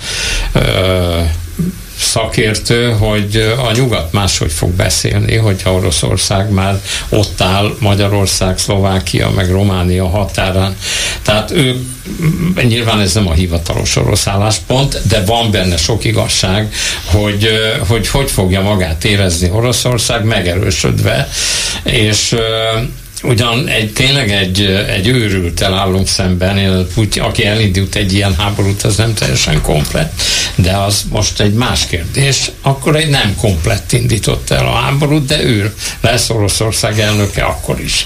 szakértő, hogy a nyugat máshogy fog beszélni, hogyha Oroszország már ott áll Magyarország, Szlovákia, meg Románia határán. Tehát ők, nyilván ez nem a hivatalos orosz álláspont, de van benne sok igazság, hogy fogja magát érezni Oroszország megerősödve, és ugyan tényleg egy őrülttel állunk szemben, aki elindult egy ilyen háborút, az nem teljesen komplett, de az most egy más kérdés. Akkor egy nem komplett indított el a háborút, de ő lesz Oroszország elnöke akkor is.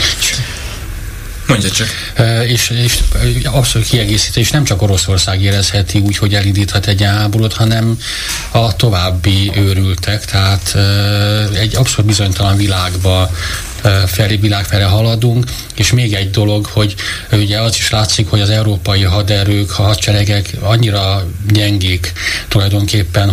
Mondja csak. És abszolút kiegészítő, és nem csak Oroszország érezheti úgy, hogy elindíthat egy háborút, hanem a további őrültek, tehát egy abszolút bizonytalan világ felé haladunk, és még egy dolog, hogy ugye az is látszik, hogy az európai haderők, a hadseregek annyira gyengék tulajdonképpen,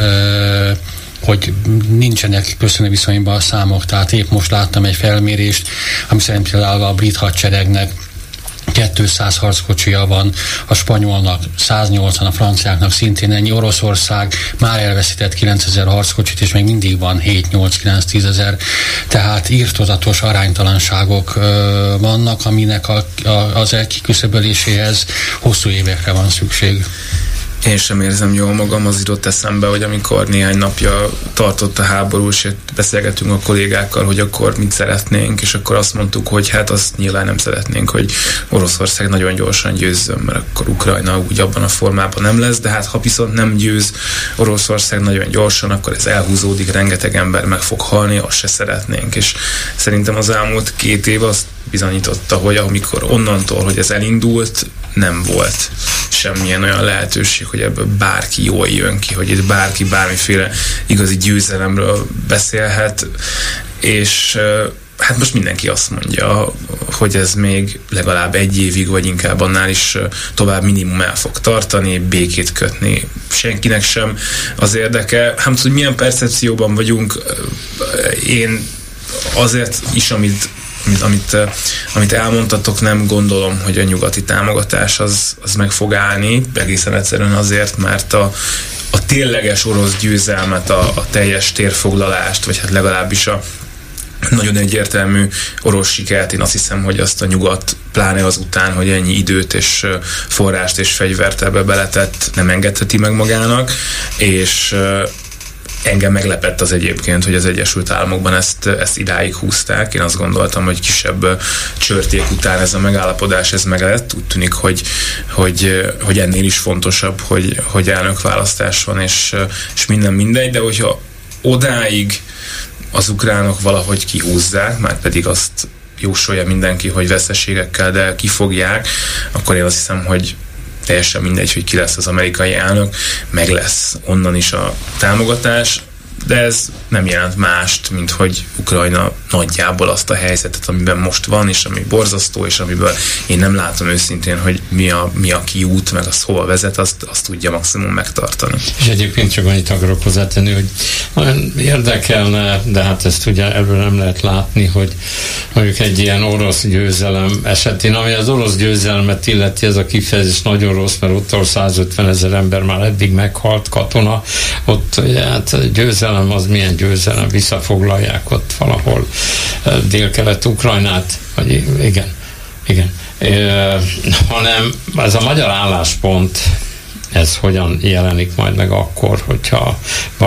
hogy nincsenek köszönő viszonyban a számok. Tehát épp most láttam egy felmérést, ami szerint például a brit hadseregnek 200 harckocsija van, a spanyolnak 180, a franciáknak szintén ennyi. Oroszország már elveszített 9000 harckocsit, és még mindig van 7-8-9-10 ezer. Tehát irtózatos aránytalanságok vannak, aminek az kiküszöböléséhez hosszú évekre van szükség. Én sem érzem jól magam, az jutott eszembe, hogy amikor néhány napja tartott a háború, és beszélgetünk a kollégákkal, hogy akkor mit szeretnénk, és akkor azt mondtuk, hogy hát azt nyilván nem szeretnénk, hogy Oroszország nagyon gyorsan győzzön, mert akkor Ukrajna úgy abban a formában nem lesz, de hát ha viszont nem győz Oroszország nagyon gyorsan, akkor ez elhúzódik, rengeteg ember meg fog halni, azt se szeretnénk. És szerintem az elmúlt 2 év azt bizonyította, hogy amikor onnantól, hogy ez elindult, nem volt semmilyen olyan lehetőség, hogy ebből bárki jól jön ki, hogy itt bárki bármiféle igazi győzelemről beszélhet, és hát most mindenki azt mondja, hogy ez még legalább 1 évig, vagy inkább annál is tovább minimum el fog tartani, békét kötni senkinek sem az érdeke. Hát, hogy milyen percepcióban vagyunk, én azért is, amit elmondtatok, nem gondolom, hogy a nyugati támogatás az meg fog állni, egészen egyszerűen azért, mert a tényleges orosz győzelmet, a teljes térfoglalást, vagy hát legalábbis a nagyon egyértelmű orosz sikert, én azt hiszem, hogy azt a nyugat, pláne azután, hogy ennyi időt és forrást és fegyvert ebbe beletett, nem engedheti meg magának, és engem meglepett az egyébként, hogy az Egyesült Államokban ezt idáig húzták. Én azt gondoltam, hogy kisebb csörték után ez a megállapodás ez meg lett. Úgy tűnik, hogy ennél is fontosabb, hogy elnökválasztás van, és minden mindegy, de hogyha odáig az ukránok valahogy kihúzzák, már pedig azt jósolja mindenki, hogy veszteségekkel, de kifogják, akkor én azt hiszem, hogy teljesen mindegy, hogy ki lesz az amerikai elnök, meg lesz onnan is a támogatás. de ez nem jelent mást, mint hogy Ukrajna nagyjából azt a helyzetet, amiben most van, és ami borzasztó, és amiből én nem látom őszintén, hogy mi a kiút, meg az hova vezet, azt tudja maximum megtartani. És egyébként csak annyit akarok hozzátenni, hogy nagyon érdekelne, de hát ezt ugye ebből nem lehet látni, hogy mondjuk egy ilyen orosz győzelem esetén, ami az orosz győzelmet illeti, ez a kifejezés nagyon rossz, mert ott 150 000 ember már eddig meghalt katona, ott hát győzelem az milyen győzelem, visszafoglalják ott valahol Dél-Kelet-Ukrajnát, vagy igen. Hanem ez a magyar álláspont, ez hogyan jelenik majd meg akkor, hogyha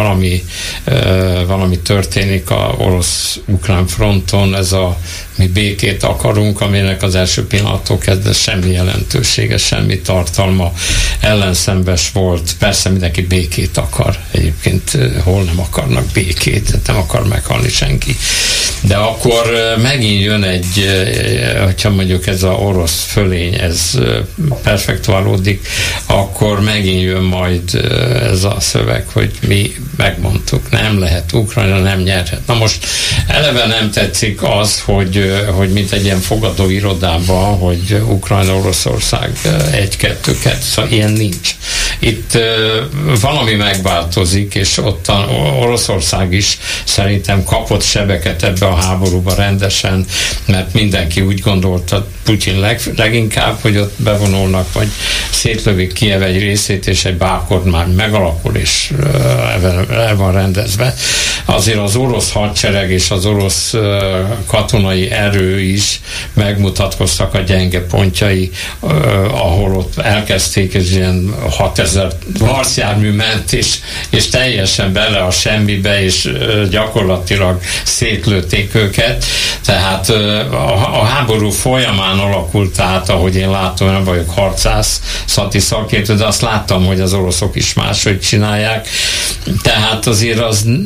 valami történik a orosz-ukrán fronton, ez mi békét akarunk, aminek az első pillanattól kezdve semmi jelentősége, semmi tartalma, ellenszembes volt, persze mindenki békét akar, egyébként hol nem akarnak békét, nem akar meghalni senki. De akkor megint jön hogyha mondjuk ez az orosz fölény, ez perfektuálódik, akkor megint jön majd ez a szöveg, hogy mi megmondtuk, nem lehet, Ukrajna nem nyerhet. Na most eleve nem tetszik az, hogy mint egy ilyen fogadóirodában, hogy Ukrajna, Oroszország 1-2, szóval ilyen nincs. Itt valami megváltozik, és ott Oroszország is szerintem kapott sebeket ebbe a háborúba rendesen, mert mindenki úgy gondolta, Putyin leginkább, hogy ott bevonulnak, vagy szétlövik Kijev egy részét, és egy bálkormány megalakul, és el van rendezve. Azért az orosz hadsereg és az orosz katonai erő is megmutatkoztak a gyenge pontjai, ahol ott elkezdték, és ilyen 6000 harcjármű ment, és teljesen bele a semmibe, és gyakorlatilag szétlőtték őket. Tehát a háború folyamán alakult át, ahogy én látom, nem vagyok harcászati szakértő, de azt láttam, hogy az oroszok is máshogy csinálják. Tehát azért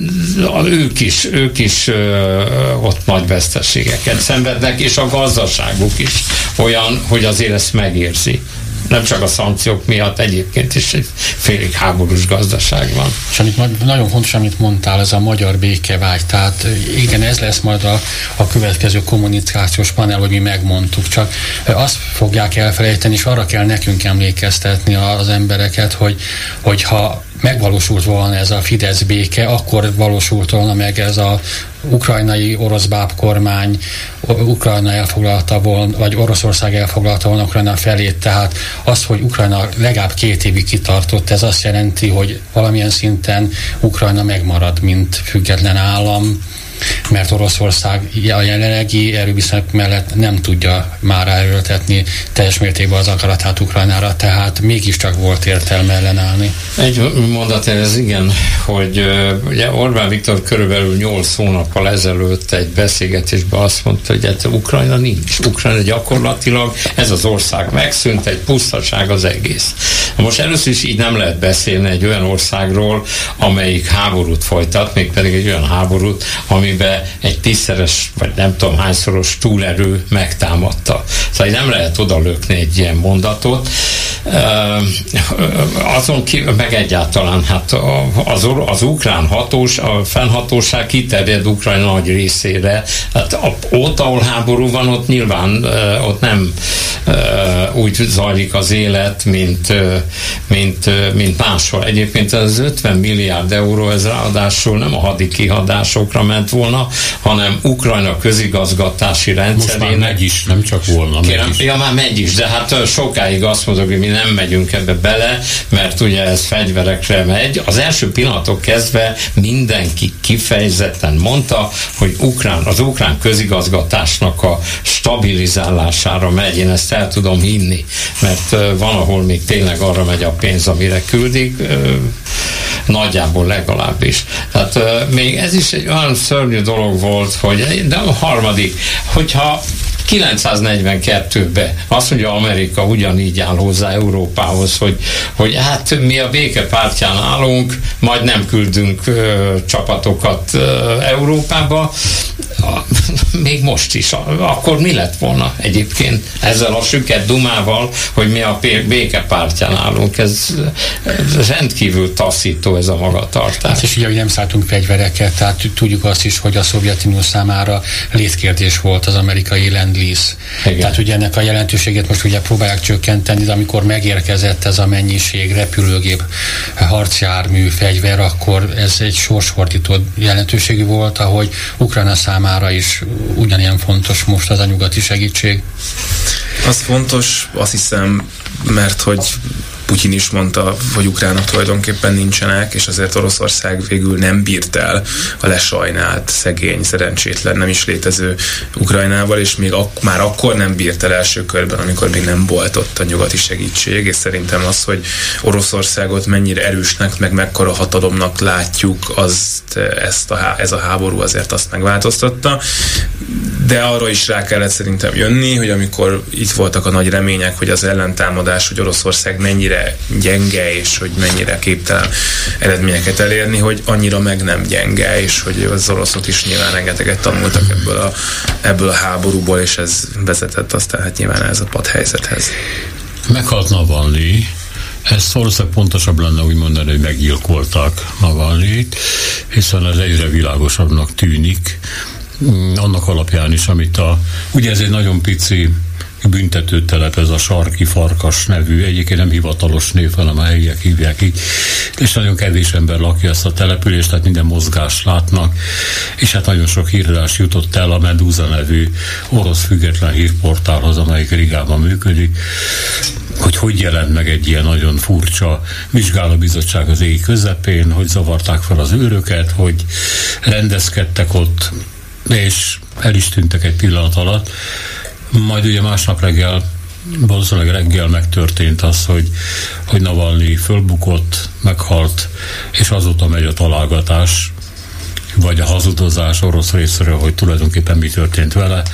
ők is ott nagy veszteségeket szenvednek, és a gazdaságuk is olyan, hogy azért ezt megérzi. Nem csak a szankciók miatt, egyébként is egy félig háborús gazdaság van. És amit nagyon fontos, amit mondtál, ez a magyar békevágy. Tehát igen, ez lesz majd a következő kommunikációs panel, hogy mi megmondtuk. Csak azt fogják elfelejteni, és arra kell nekünk emlékeztetni az embereket, hogy ha megvalósult volna ez a Fidesz béke, akkor valósult volna meg ez a ukrajnai orosz bábkormány, Ukrajna elfoglalta volna, vagy Oroszország elfoglalta volna Ukrajna felét, tehát az, hogy Ukrajna legalább 2 évig kitartott, ez azt jelenti, hogy valamilyen szinten Ukrajna megmarad, mint független állam, mert Oroszország a jelenlegi erőviszonyok mellett nem tudja már erőltetni teljes mértékben az akaratát Ukrajnára, tehát mégiscsak volt értelme ellenállni. Egy mondat ez igen, hogy ugye Orbán Viktor körülbelül 8 hónappal ezelőtt egy beszélgetésben azt mondta, hogy Ukrajna nincs. Ukrajna gyakorlatilag, ez az ország megszűnt, egy pusztaság az egész. Most először is így nem lehet beszélni egy olyan országról, amelyik háborút folytat, mégpedig egy olyan háborút, amiben egy 10-szeres, vagy nem tudom hányszoros túlerő megtámadta. Szóval nem lehet oda lökni egy ilyen mondatot. Azon meg egyáltalán hát az ukrán a fennhatóság kiterjed Ukrajna nagy részére. Hát ott, ahol háború van, ott nyilván ott nem úgy zajlik az élet, mint máshol. Egyébként ez 50 milliárd euró, ez ráadásul nem a hadi kihadásokra ment volna, hanem Ukrajna közigazgatási rendszerének. Most már megy is, nem csak volna. Ja, már megy is, de hát sokáig azt mondok, hogy mi nem megyünk ebbe bele, mert ugye ez fegyverekre megy. Az első pillanatok kezdve mindenki kifejezetten mondta, hogy az ukrán közigazgatásnak a stabilizálására megy. Én ezt el tudom hinni, mert van, ahol még tényleg arra megy a pénz, amire küldik, nagyjából legalábbis. Tehát még ez is egy olyan szörnyű dolog volt, de a harmadik, hogyha 942-ben azt mondja, Amerika ugyanígy áll hozzá Európához, hogy hát mi a béke pártján állunk, majd nem küldünk csapatokat Európába, még most is. Akkor mi lett volna egyébként ezzel a süket dumával, hogy mi a békepártján állunk? Ez rendkívül taszító ez a magatartás. És ugye, hogy nem szálltunk fegyvereket, tehát tudjuk azt is, hogy a Szovjetunió számára létkérdés volt az amerikai Lend-Lease. Tehát ugye ennek a jelentőségét most ugye próbálják csökkenteni, de amikor megérkezett ez a mennyiség repülőgép, harcjármű, fegyver, akkor ez egy sorsfordító jelentőségű volt, ahogy Ukrajna számára is ugyanilyen fontos most az a nyugati segítség. Az fontos, azt hiszem, mert hogy Putyin is mondta, hogy ukránok tulajdonképpen nincsenek, és azért Oroszország végül nem bírt el a lesajnált, szegény, szerencsétlen, nem is létező Ukrajnával, és még már akkor nem bírt el első körben, amikor még nem volt ott a nyugati segítség, és szerintem az, hogy Oroszországot mennyire erősnek, meg mekkora hatalomnak látjuk, ez a háború azért azt megváltoztatta. De arra is rá kellett szerintem jönni, hogy amikor itt voltak a nagy remények, hogy az ellentámadás, hogy Oroszország mennyire gyenge, és hogy mennyire képtelen eredményeket elérni, hogy annyira meg nem gyenge, és hogy az oroszok is nyilván rengeteget tanultak ebből a háborúból, és ez vezetett aztán hát nyilván ez a padhelyzethez. Meghalt Navalnyi, ez valószínűleg pontosabb lenne úgy mondani, hogy meggyilkolták Navalnyit, hiszen ez egyre világosabbnak tűnik, annak alapján is, ugye ez egy nagyon pici büntetőtelep, ez a Sarki Farkas nevű, egyébként nem hivatalos név, hanem a helyiek hívják így, és nagyon kevés ember lakja ezt a települést, tehát minden mozgást látnak, és hát nagyon sok híradás jutott el a Meduza nevű orosz független hírportálhoz, amelyik Rigában működik, hogy jelent meg egy ilyen nagyon furcsa vizsgálóbizottság az éj közepén, hogy zavarták fel az őröket, hogy rendezkedtek ott, és el is tűntek egy pillanat alatt. Majd ugye másnap valószínűleg reggel megtörtént az, hogy Navalnyi fölbukott, meghalt, és azóta megy a találgatás, vagy a hazudozás orosz részéről, hogy tulajdonképpen mi történt vele.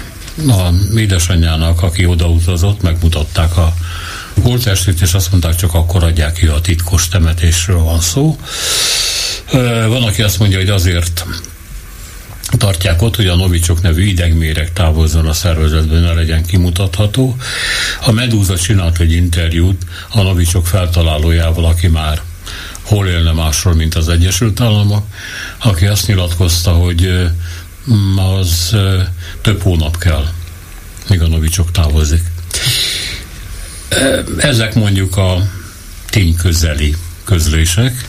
A édesanyjának, aki odautazott, megmutatták a holttestét, és azt mondták, csak akkor adják ki, a titkos temetésről van szó. Van, aki azt mondja, hogy azért tartják ott, hogy a novicsok nevű idegméreg távozzon a szervezetben, ne legyen kimutatható. A Meduza csinált egy interjút a novicsok feltalálójával, aki már hol élne másról, mint az Egyesült Államok, aki azt nyilatkozta, hogy az több hónap kell, míg a novicsok távozik. Ezek mondjuk a tényközeli közlések.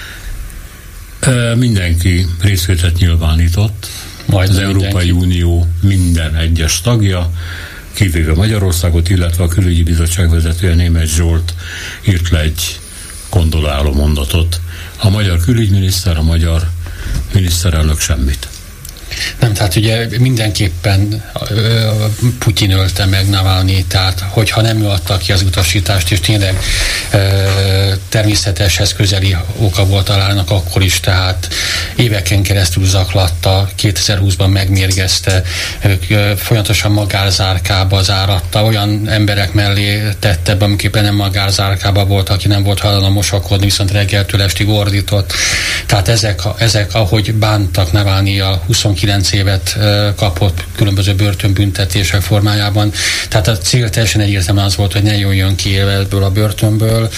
Mindenki részvételt nyilvánított, majd az Európai Unió minden egyes tagja, kivéve Magyarországot, illetve a Külügyi Bizottság vezetője, Németh Zsolt írt le egy kondoláló mondatot. A magyar külügyminiszter, a magyar miniszterelnök semmit. Nem, tehát ugye mindenképpen Putyin ölte meg Navalnyi, tehát hogyha nem ő adta ki az utasítást, és tényleg természeteshez közeli oka volt találnak akkor is, tehát éveken keresztül zaklatta, 2020-ban megmérgezte, folyamatosan magárzárkába záratta, olyan emberek mellé tette be, amiképpen nem magárzárkába volt, aki nem volt hajlandó mosakodni, viszont reggeltől estig ordított. Tehát ezek ahogy bántak Navalnyival, 29 évet kapott különböző börtönbüntetések formájában. Tehát a cél teljesen egyértelműen az volt, hogy ne jöjjön ki ebből a börtönből.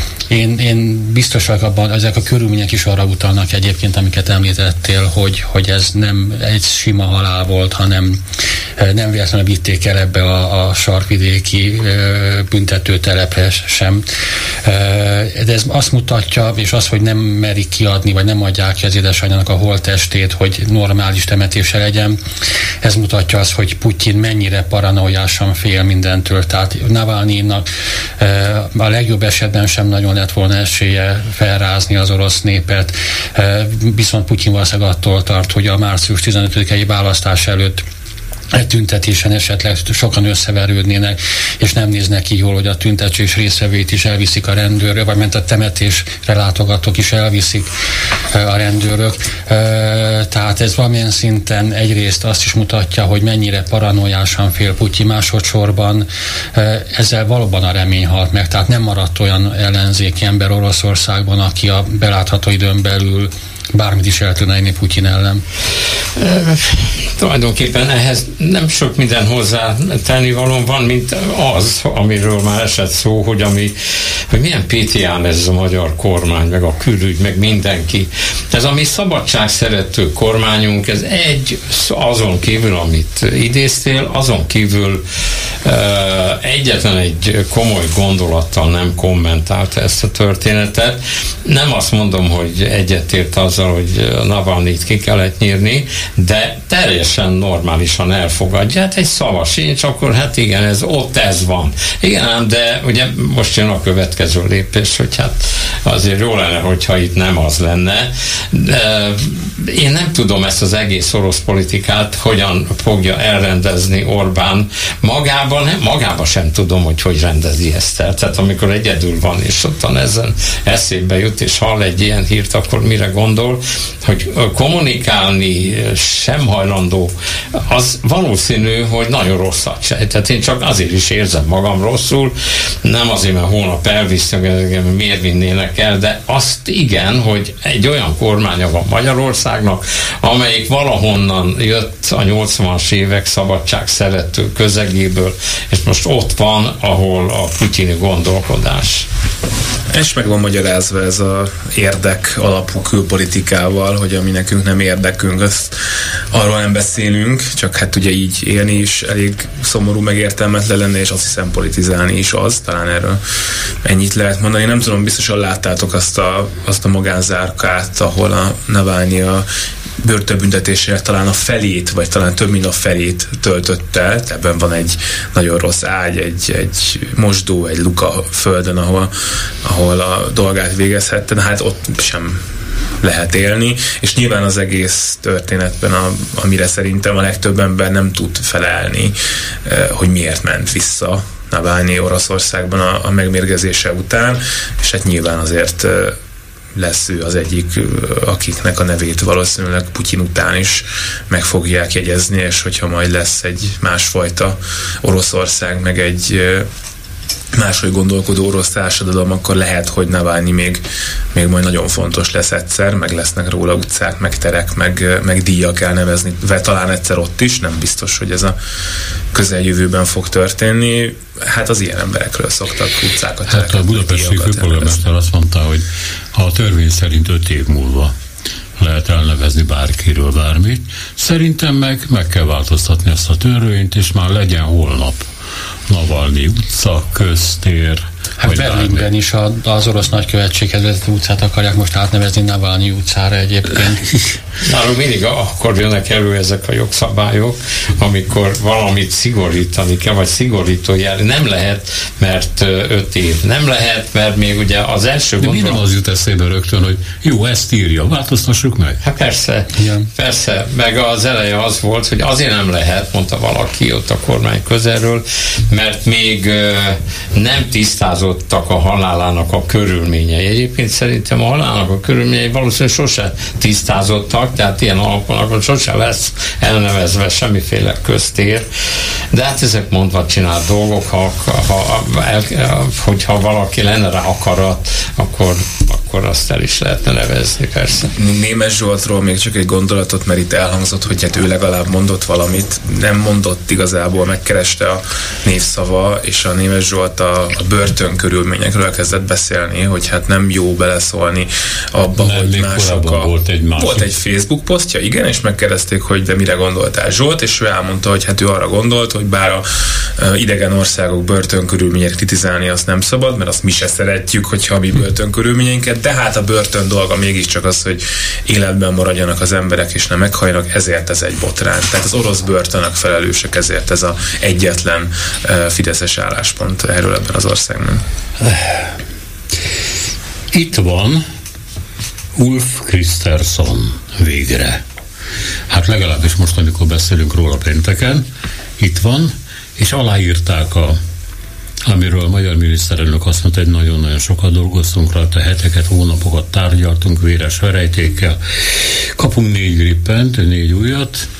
Én biztos vagyok abban, ezek a körülmények is arra utalnak egyébként, amiket említettél, hogy ez nem egy sima halál volt, hanem nem véletlenül vitték el ebbe a sarkvidéki büntetőtelepre sem. De ez azt mutatja, és az, hogy nem merik kiadni, vagy nem adják ki az édesanyjának a holttestét, hogy normális temetése legyen, ez mutatja azt, hogy Putyin mennyire paranoiásan fél mindentől. Tehát Navalnyinak a legjobb esetben sem nagyon lett volna esélye felrázni az orosz népet, viszont Putyin valószínűleg attól tart, hogy a március 15-i választás előtt egy tüntetésen esetleg sokan összeverődnének, és nem néznek ki jól, hogy a tüntetés részvevőit is elviszik a rendőrök, vagy ment a temetésre látogatók is elviszik a rendőrök. Tehát ez valamilyen szinten egyrészt azt is mutatja, hogy mennyire paranoiásan fél Putyin, másodszorban ezzel valóban a remény halt meg. Tehát nem maradt olyan ellenzéki ember Oroszországban, aki a belátható időn belül bármit is el tudna érni Putyin ellen? Tulajdonképpen ehhez nem sok minden hozzá tennivaló van, mint az, amiről már esett szó, hogy milyen PTA ez a magyar kormány, meg a külügy, meg mindenki. Ez a mi szabadságszerető kormányunk, ez azon kívül, amit idéztél, azon kívül egyetlen egy komoly gondolattal nem kommentálta ezt a történetet. Nem azt mondom, hogy egyetért azzal, hogy Navalnyit ki kellett nyírni, de teljesen normálisan elfogadja. Hát egy szava sincs, akkor hát igen, ez van. Igen, de ugye most jön a következő lépés, hogy hát azért jó lenne, hogyha itt nem az lenne. De én nem tudom ezt az egész orosz politikát hogyan fogja elrendezni Orbán magában sem tudom, hogy rendezi ezt el. Tehát amikor egyedül van, és ottan ezen eszébe jut, és hall egy ilyen hírt, akkor mire gondol, hogy kommunikálni sem hajlandó, az valószínű, hogy nagyon rosszat sejt. Tehát én csak azért is érzem magam rosszul, nem azért, mert hónap elvisznek, miért vinnének el, de azt igen, hogy egy olyan kormánya van Magyarországnak, amelyik valahonnan jött a 80-as évek szabadságszerető közegéből, és most ott van, ahol a putyini gondolkodás. És meg van magyarázva ez az érdek alapú külpolitikával, hogy ami nekünk nem érdekünk, azt arról nem beszélünk, csak hát ugye így élni is elég szomorú, meg értelmetlen lenne, és azt hiszem politizálni is az, talán erről ennyit lehet mondani. Nem tudom, biztosan láttátok azt a magánzárkát, ahol a Navalnyi a börtönbüntetésére talán a felét, vagy talán több mint a felét töltött el. Ebben van egy nagyon rossz ágy, egy mosdó, egy luka földön, ahol a dolgát végezhette, de hát ott sem lehet élni, és nyilván az egész történetben, amire szerintem a legtöbb ember nem tud felelni, hogy miért ment vissza Navalnyi Oroszországban a megmérgezése után, és hát nyilván azért lesz ő az egyik, akiknek a nevét valószínűleg Putyin után is meg fogják jegyezni, és hogyha majd lesz egy másfajta Oroszország, meg egy máshogy gondolkodó orosz társadalom, akkor lehet, hogy Navalnyi még majd nagyon fontos lesz egyszer, meg lesznek róla utcák, meg terek, meg díjak elnevezni, talán egyszer ott is, nem biztos, hogy ez a közeljövőben fog történni. Hát az ilyen emberekről szoktak utcákat, tereket, hát a budapesti főpolgármester azt mondta, hogy ha a törvény szerint 5 év múlva lehet elnevezni bárkiről bármit, szerintem meg kell változtatni ezt a törvényt, és már legyen holnap Navalnyi utca, köztér. Hát Berlinben is az orosz nagykövetséghez vezető utcát akarják most átnevezni Navalnyi utcára egyébként. Nálunk mindig akkor jönnek elő ezek a jogszabályok, amikor valamit szigorítani kell, vagy szigorító jel. Nem lehet, mert 5 év. Nem lehet, mert még ugye az első gondolat... De mi nem az jut eszébe rögtön, hogy jó, ezt írja, változtassuk meg? Hát persze, igen. Persze. Meg az eleje az volt, hogy azért nem lehet, mondta valaki ott a kormány közelről, mert még nem tisztázottak a halálának a körülményei. Egyébként szerintem a halálának a körülményei valószínűleg sose tisztázottak, tehát ilyen alapon akkor sose lesz elnevezve semmiféle köztér. De hát ezek mondva csinált dolgok, hogyha valaki lenne rá akarat, akkor azt el is lehetne nevezni, persze. Németh Zsoltról még csak egy gondolatot, mert itt elhangzott, hogy hát ő legalább mondott valamit. Nem mondott igazából, megkereste a névszava, és a Németh Zsolt a börtön körülményekről kezdett beszélni, hogy hát nem jó beleszólni abba, nem, hogy mások volt egy Facebook posztja, igen, és megkérdezték, hogy de mire gondoltál Zsolt, és ő elmondta, hogy hát ő arra gondolt, hogy bár a idegen országok börtön körülményeket kritizálni azt nem szabad, mert azt mi se szeretjük, hogyha mi börtön körülményeinket, de hát a börtön dolga mégiscsak az, hogy életben maradjanak az emberek és nem meghajnak, ezért ez egy botrány. Tehát az orosz börtönök felelősek, ezért ez az egyetlen fideszes álláspont erről ebben az országban. Itt van Ulf Kristersson végre. Hát legalábbis most, amikor beszélünk róla pénteken, itt van, és aláírták amiről a magyar miniszterelnök azt mondta, hogy nagyon-nagyon sokat dolgoztunk rajta, heteket, hónapokat tárgyaltunk véres verejtékkel. Kapunk 4 grippent, 4 újat,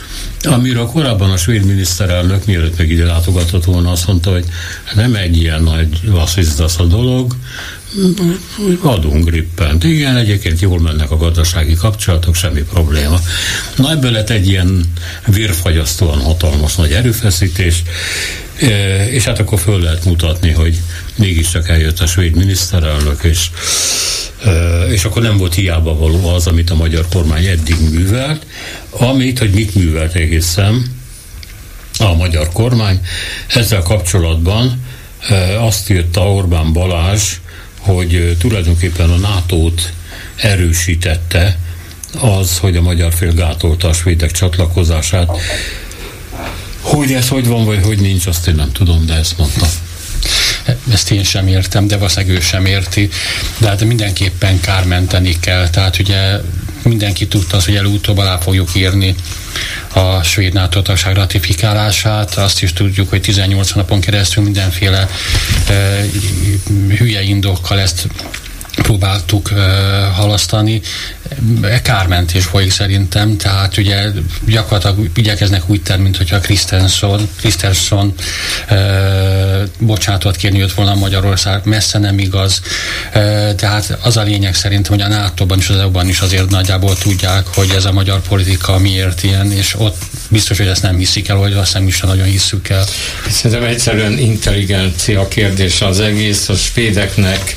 amiről korábban a svéd miniszterelnök, mielőtt még ide látogatott volna, azt mondta, hogy nem egy ilyen nagy vasszizdasz a dolog, adunk grippent. Igen, egyébként jól mennek a gazdasági kapcsolatok, semmi probléma. Na, ebből lett egy ilyen vérfagyasztóan hatalmas nagy erőfeszítés, és hát akkor föl lehet mutatni, hogy mégiscsak eljött a svéd miniszterelnök, és akkor nem volt hiába való az, amit a magyar kormány eddig művelt, hogy mit művelt egészen a magyar kormány. Ezzel kapcsolatban azt írta Orbán Balázs, hogy tulajdonképpen a NATO-t erősítette az, hogy a magyar fél gátolta a svédek csatlakozását. Hogy ez hogy van, vagy hogy nincs, azt én nem tudom, de ezt mondta. Ezt én sem értem, de valószínűleg ő sem érti, de hát mindenképpen kármenteni kell, tehát ugye mindenki tudta azt, hogy előutóbb alá fogjuk írni a svéd NATO tagság ratifikálását, azt is tudjuk, hogy 18 napon keresztül mindenféle hülye indokkal ezt próbáltuk halasztani. Kármentés folyik szerintem, tehát ugye gyakorlatilag igyekeznek úgy tenni, mint hogyha Kristersson bocsánatot kérni jött volna Magyarország, messze nem igaz. Tehát az a lényeg szerintem, hogy a NATO-ban és az EU-ban is azért nagyjából tudják, hogy ez a magyar politika miért ilyen, és ott biztos, hogy ezt nem hiszik el, vagy azt nem is nagyon hisszük el. Szerintem egyszerűen intelligencia kérdés az egész, a svédeknek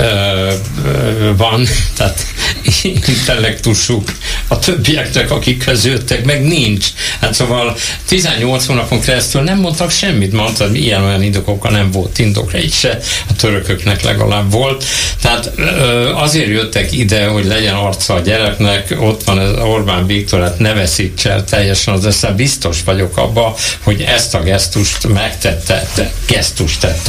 van, tehát intellektusuk, a többieknek, akik közöttek, meg nincs. Hát szóval 18 hónapon keresztül nem mondtak semmit, mondtad, ilyen-olyan indokokkal nem volt indokra, így se, a törököknek legalább volt. Tehát azért jöttek ide, hogy legyen arca a gyereknek, ott van az Orbán Viktor, hát ne veszíts el teljesen az eszem, biztos vagyok abba, hogy ezt a gesztust tett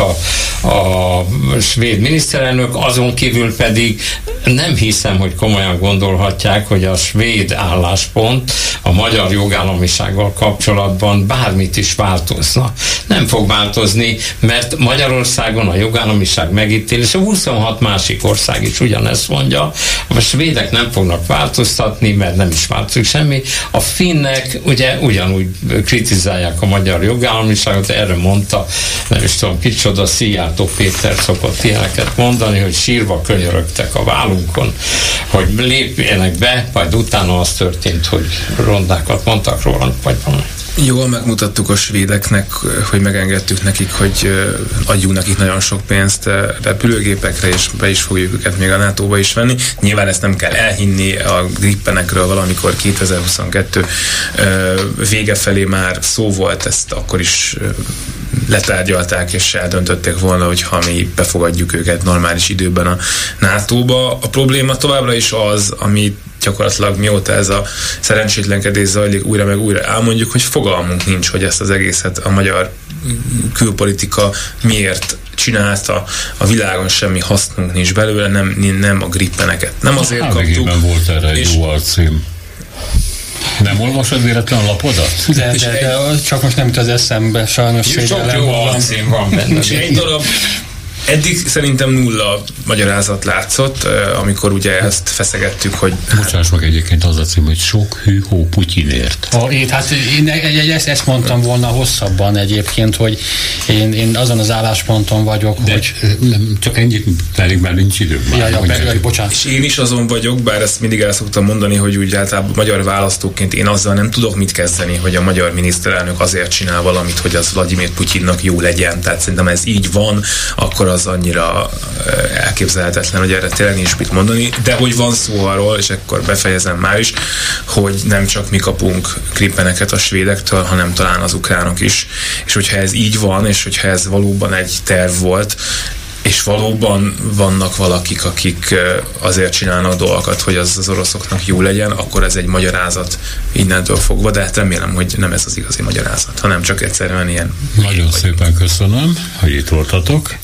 a svéd miniszterelnök, azon kívül pedig nem hiszem, hogy komolyan gondolhatják, hogy a svéd álláspont a magyar jogállamisággal kapcsolatban bármit is változna. Nem fog változni, mert Magyarországon a jogállamiság megítélése, 26 másik ország is ugyanezt mondja, a svédek nem fognak változtatni, mert nem is változik semmi. A finnek ugye ugyanúgy kritizálják a magyar jogállamiságot, erre mondta, nem is tudom kicsoda, Szijjártó Péter szokott ilyeneket mondani, hogy sírva könyörögtek a vállunkon, hogy lépjenek be, majd utána az történt, hogy rondákat mondtak róla, vagy valami. Jól megmutattuk a svédeknek, hogy megengedtük nekik, hogy adjunk nekik nagyon sok pénzt repülőgépekre, és be is fogjuk őket még a NATO-ba is venni. Nyilván ezt nem kell elhinni, a grippenekről valamikor 2022 vége felé már szó volt, ezt akkor is letárgyalták, és eldöntötték volna, hogy ha mi befogadjuk őket normális időben a NATO-ba. A probléma továbbra is az, ami gyakorlatilag mióta ez a szerencsétlenkedés zajlik, újra meg újra elmondjuk, hogy fogalmunk nincs, hogy ezt az egészet a magyar külpolitika miért csinálta, a világon semmi hasznunk nincs belőle, nem a grippeneket. Nem azért kaptuk. Volt erre egy jó alcím. Nem olvasod véletlen a lapodat? De csak most nem jut az eszembe, sajnos. Sok jó alcím van benne. Egy darab. Eddig szerintem nulla magyarázat látszott, amikor ugye ezt feszegettük, hogy... Bocsáss meg, egyébként az a cím, hogy sok hű-hó Putyinért. Hát én ezt mondtam volna hosszabban egyébként, hogy én azon az állásponton vagyok, de hogy... Nem, csak ennyit pedig már nincs időm. Bocsánat. És én is azon vagyok, bár ezt mindig el szoktam mondani, hogy úgy általában magyar választóként én azzal nem tudok mit kezdeni, hogy a magyar miniszterelnök azért csinál valamit, hogy az Vladimir Putyinnak jó legyen. Tehát szerintem ez így van, akkor az annyira elképzelhetetlen, hogy erre tényleg nincs mit mondani, de hogy van szó arról, és akkor befejezem már is, hogy nem csak mi kapunk grippeneket a svédektől, hanem talán az ukránok is. És hogyha ez így van, és hogyha ez valóban egy terv volt, és valóban vannak valakik, akik azért csinálnak dolgokat, hogy az oroszoknak jó legyen, akkor ez egy magyarázat innentől fogva, de hát remélem, hogy nem ez az igazi magyarázat, hanem csak egyszerűen ilyen... Nagyon szépen köszönöm, hogy itt voltatok.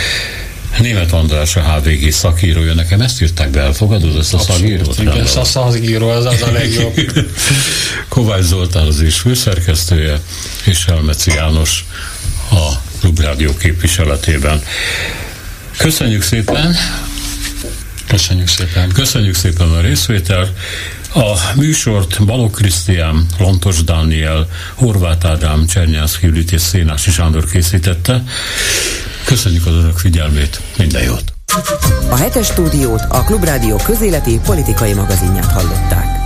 Németh András a HVG szakírója, nekem ezt írták be, elfogadod ezt a szakírót? Igen, a szakíró az a legjobb. Kovács Zoltán az is főszerkesztője, és Helmeci János a Klubrádió képviseletében. Köszönjük szépen! Köszönjük szépen! Köszönjük szépen a részvételt! A műsort Balogh Krisztián, Lantos Dániel, Horváth Ádám, Csernyánszky Judit és Szénási Sándor készítette. Köszönjük az önök figyelmét, minden jót! A Hetes Stúdiót, a Klubrádió közéleti politikai magazinját hallották.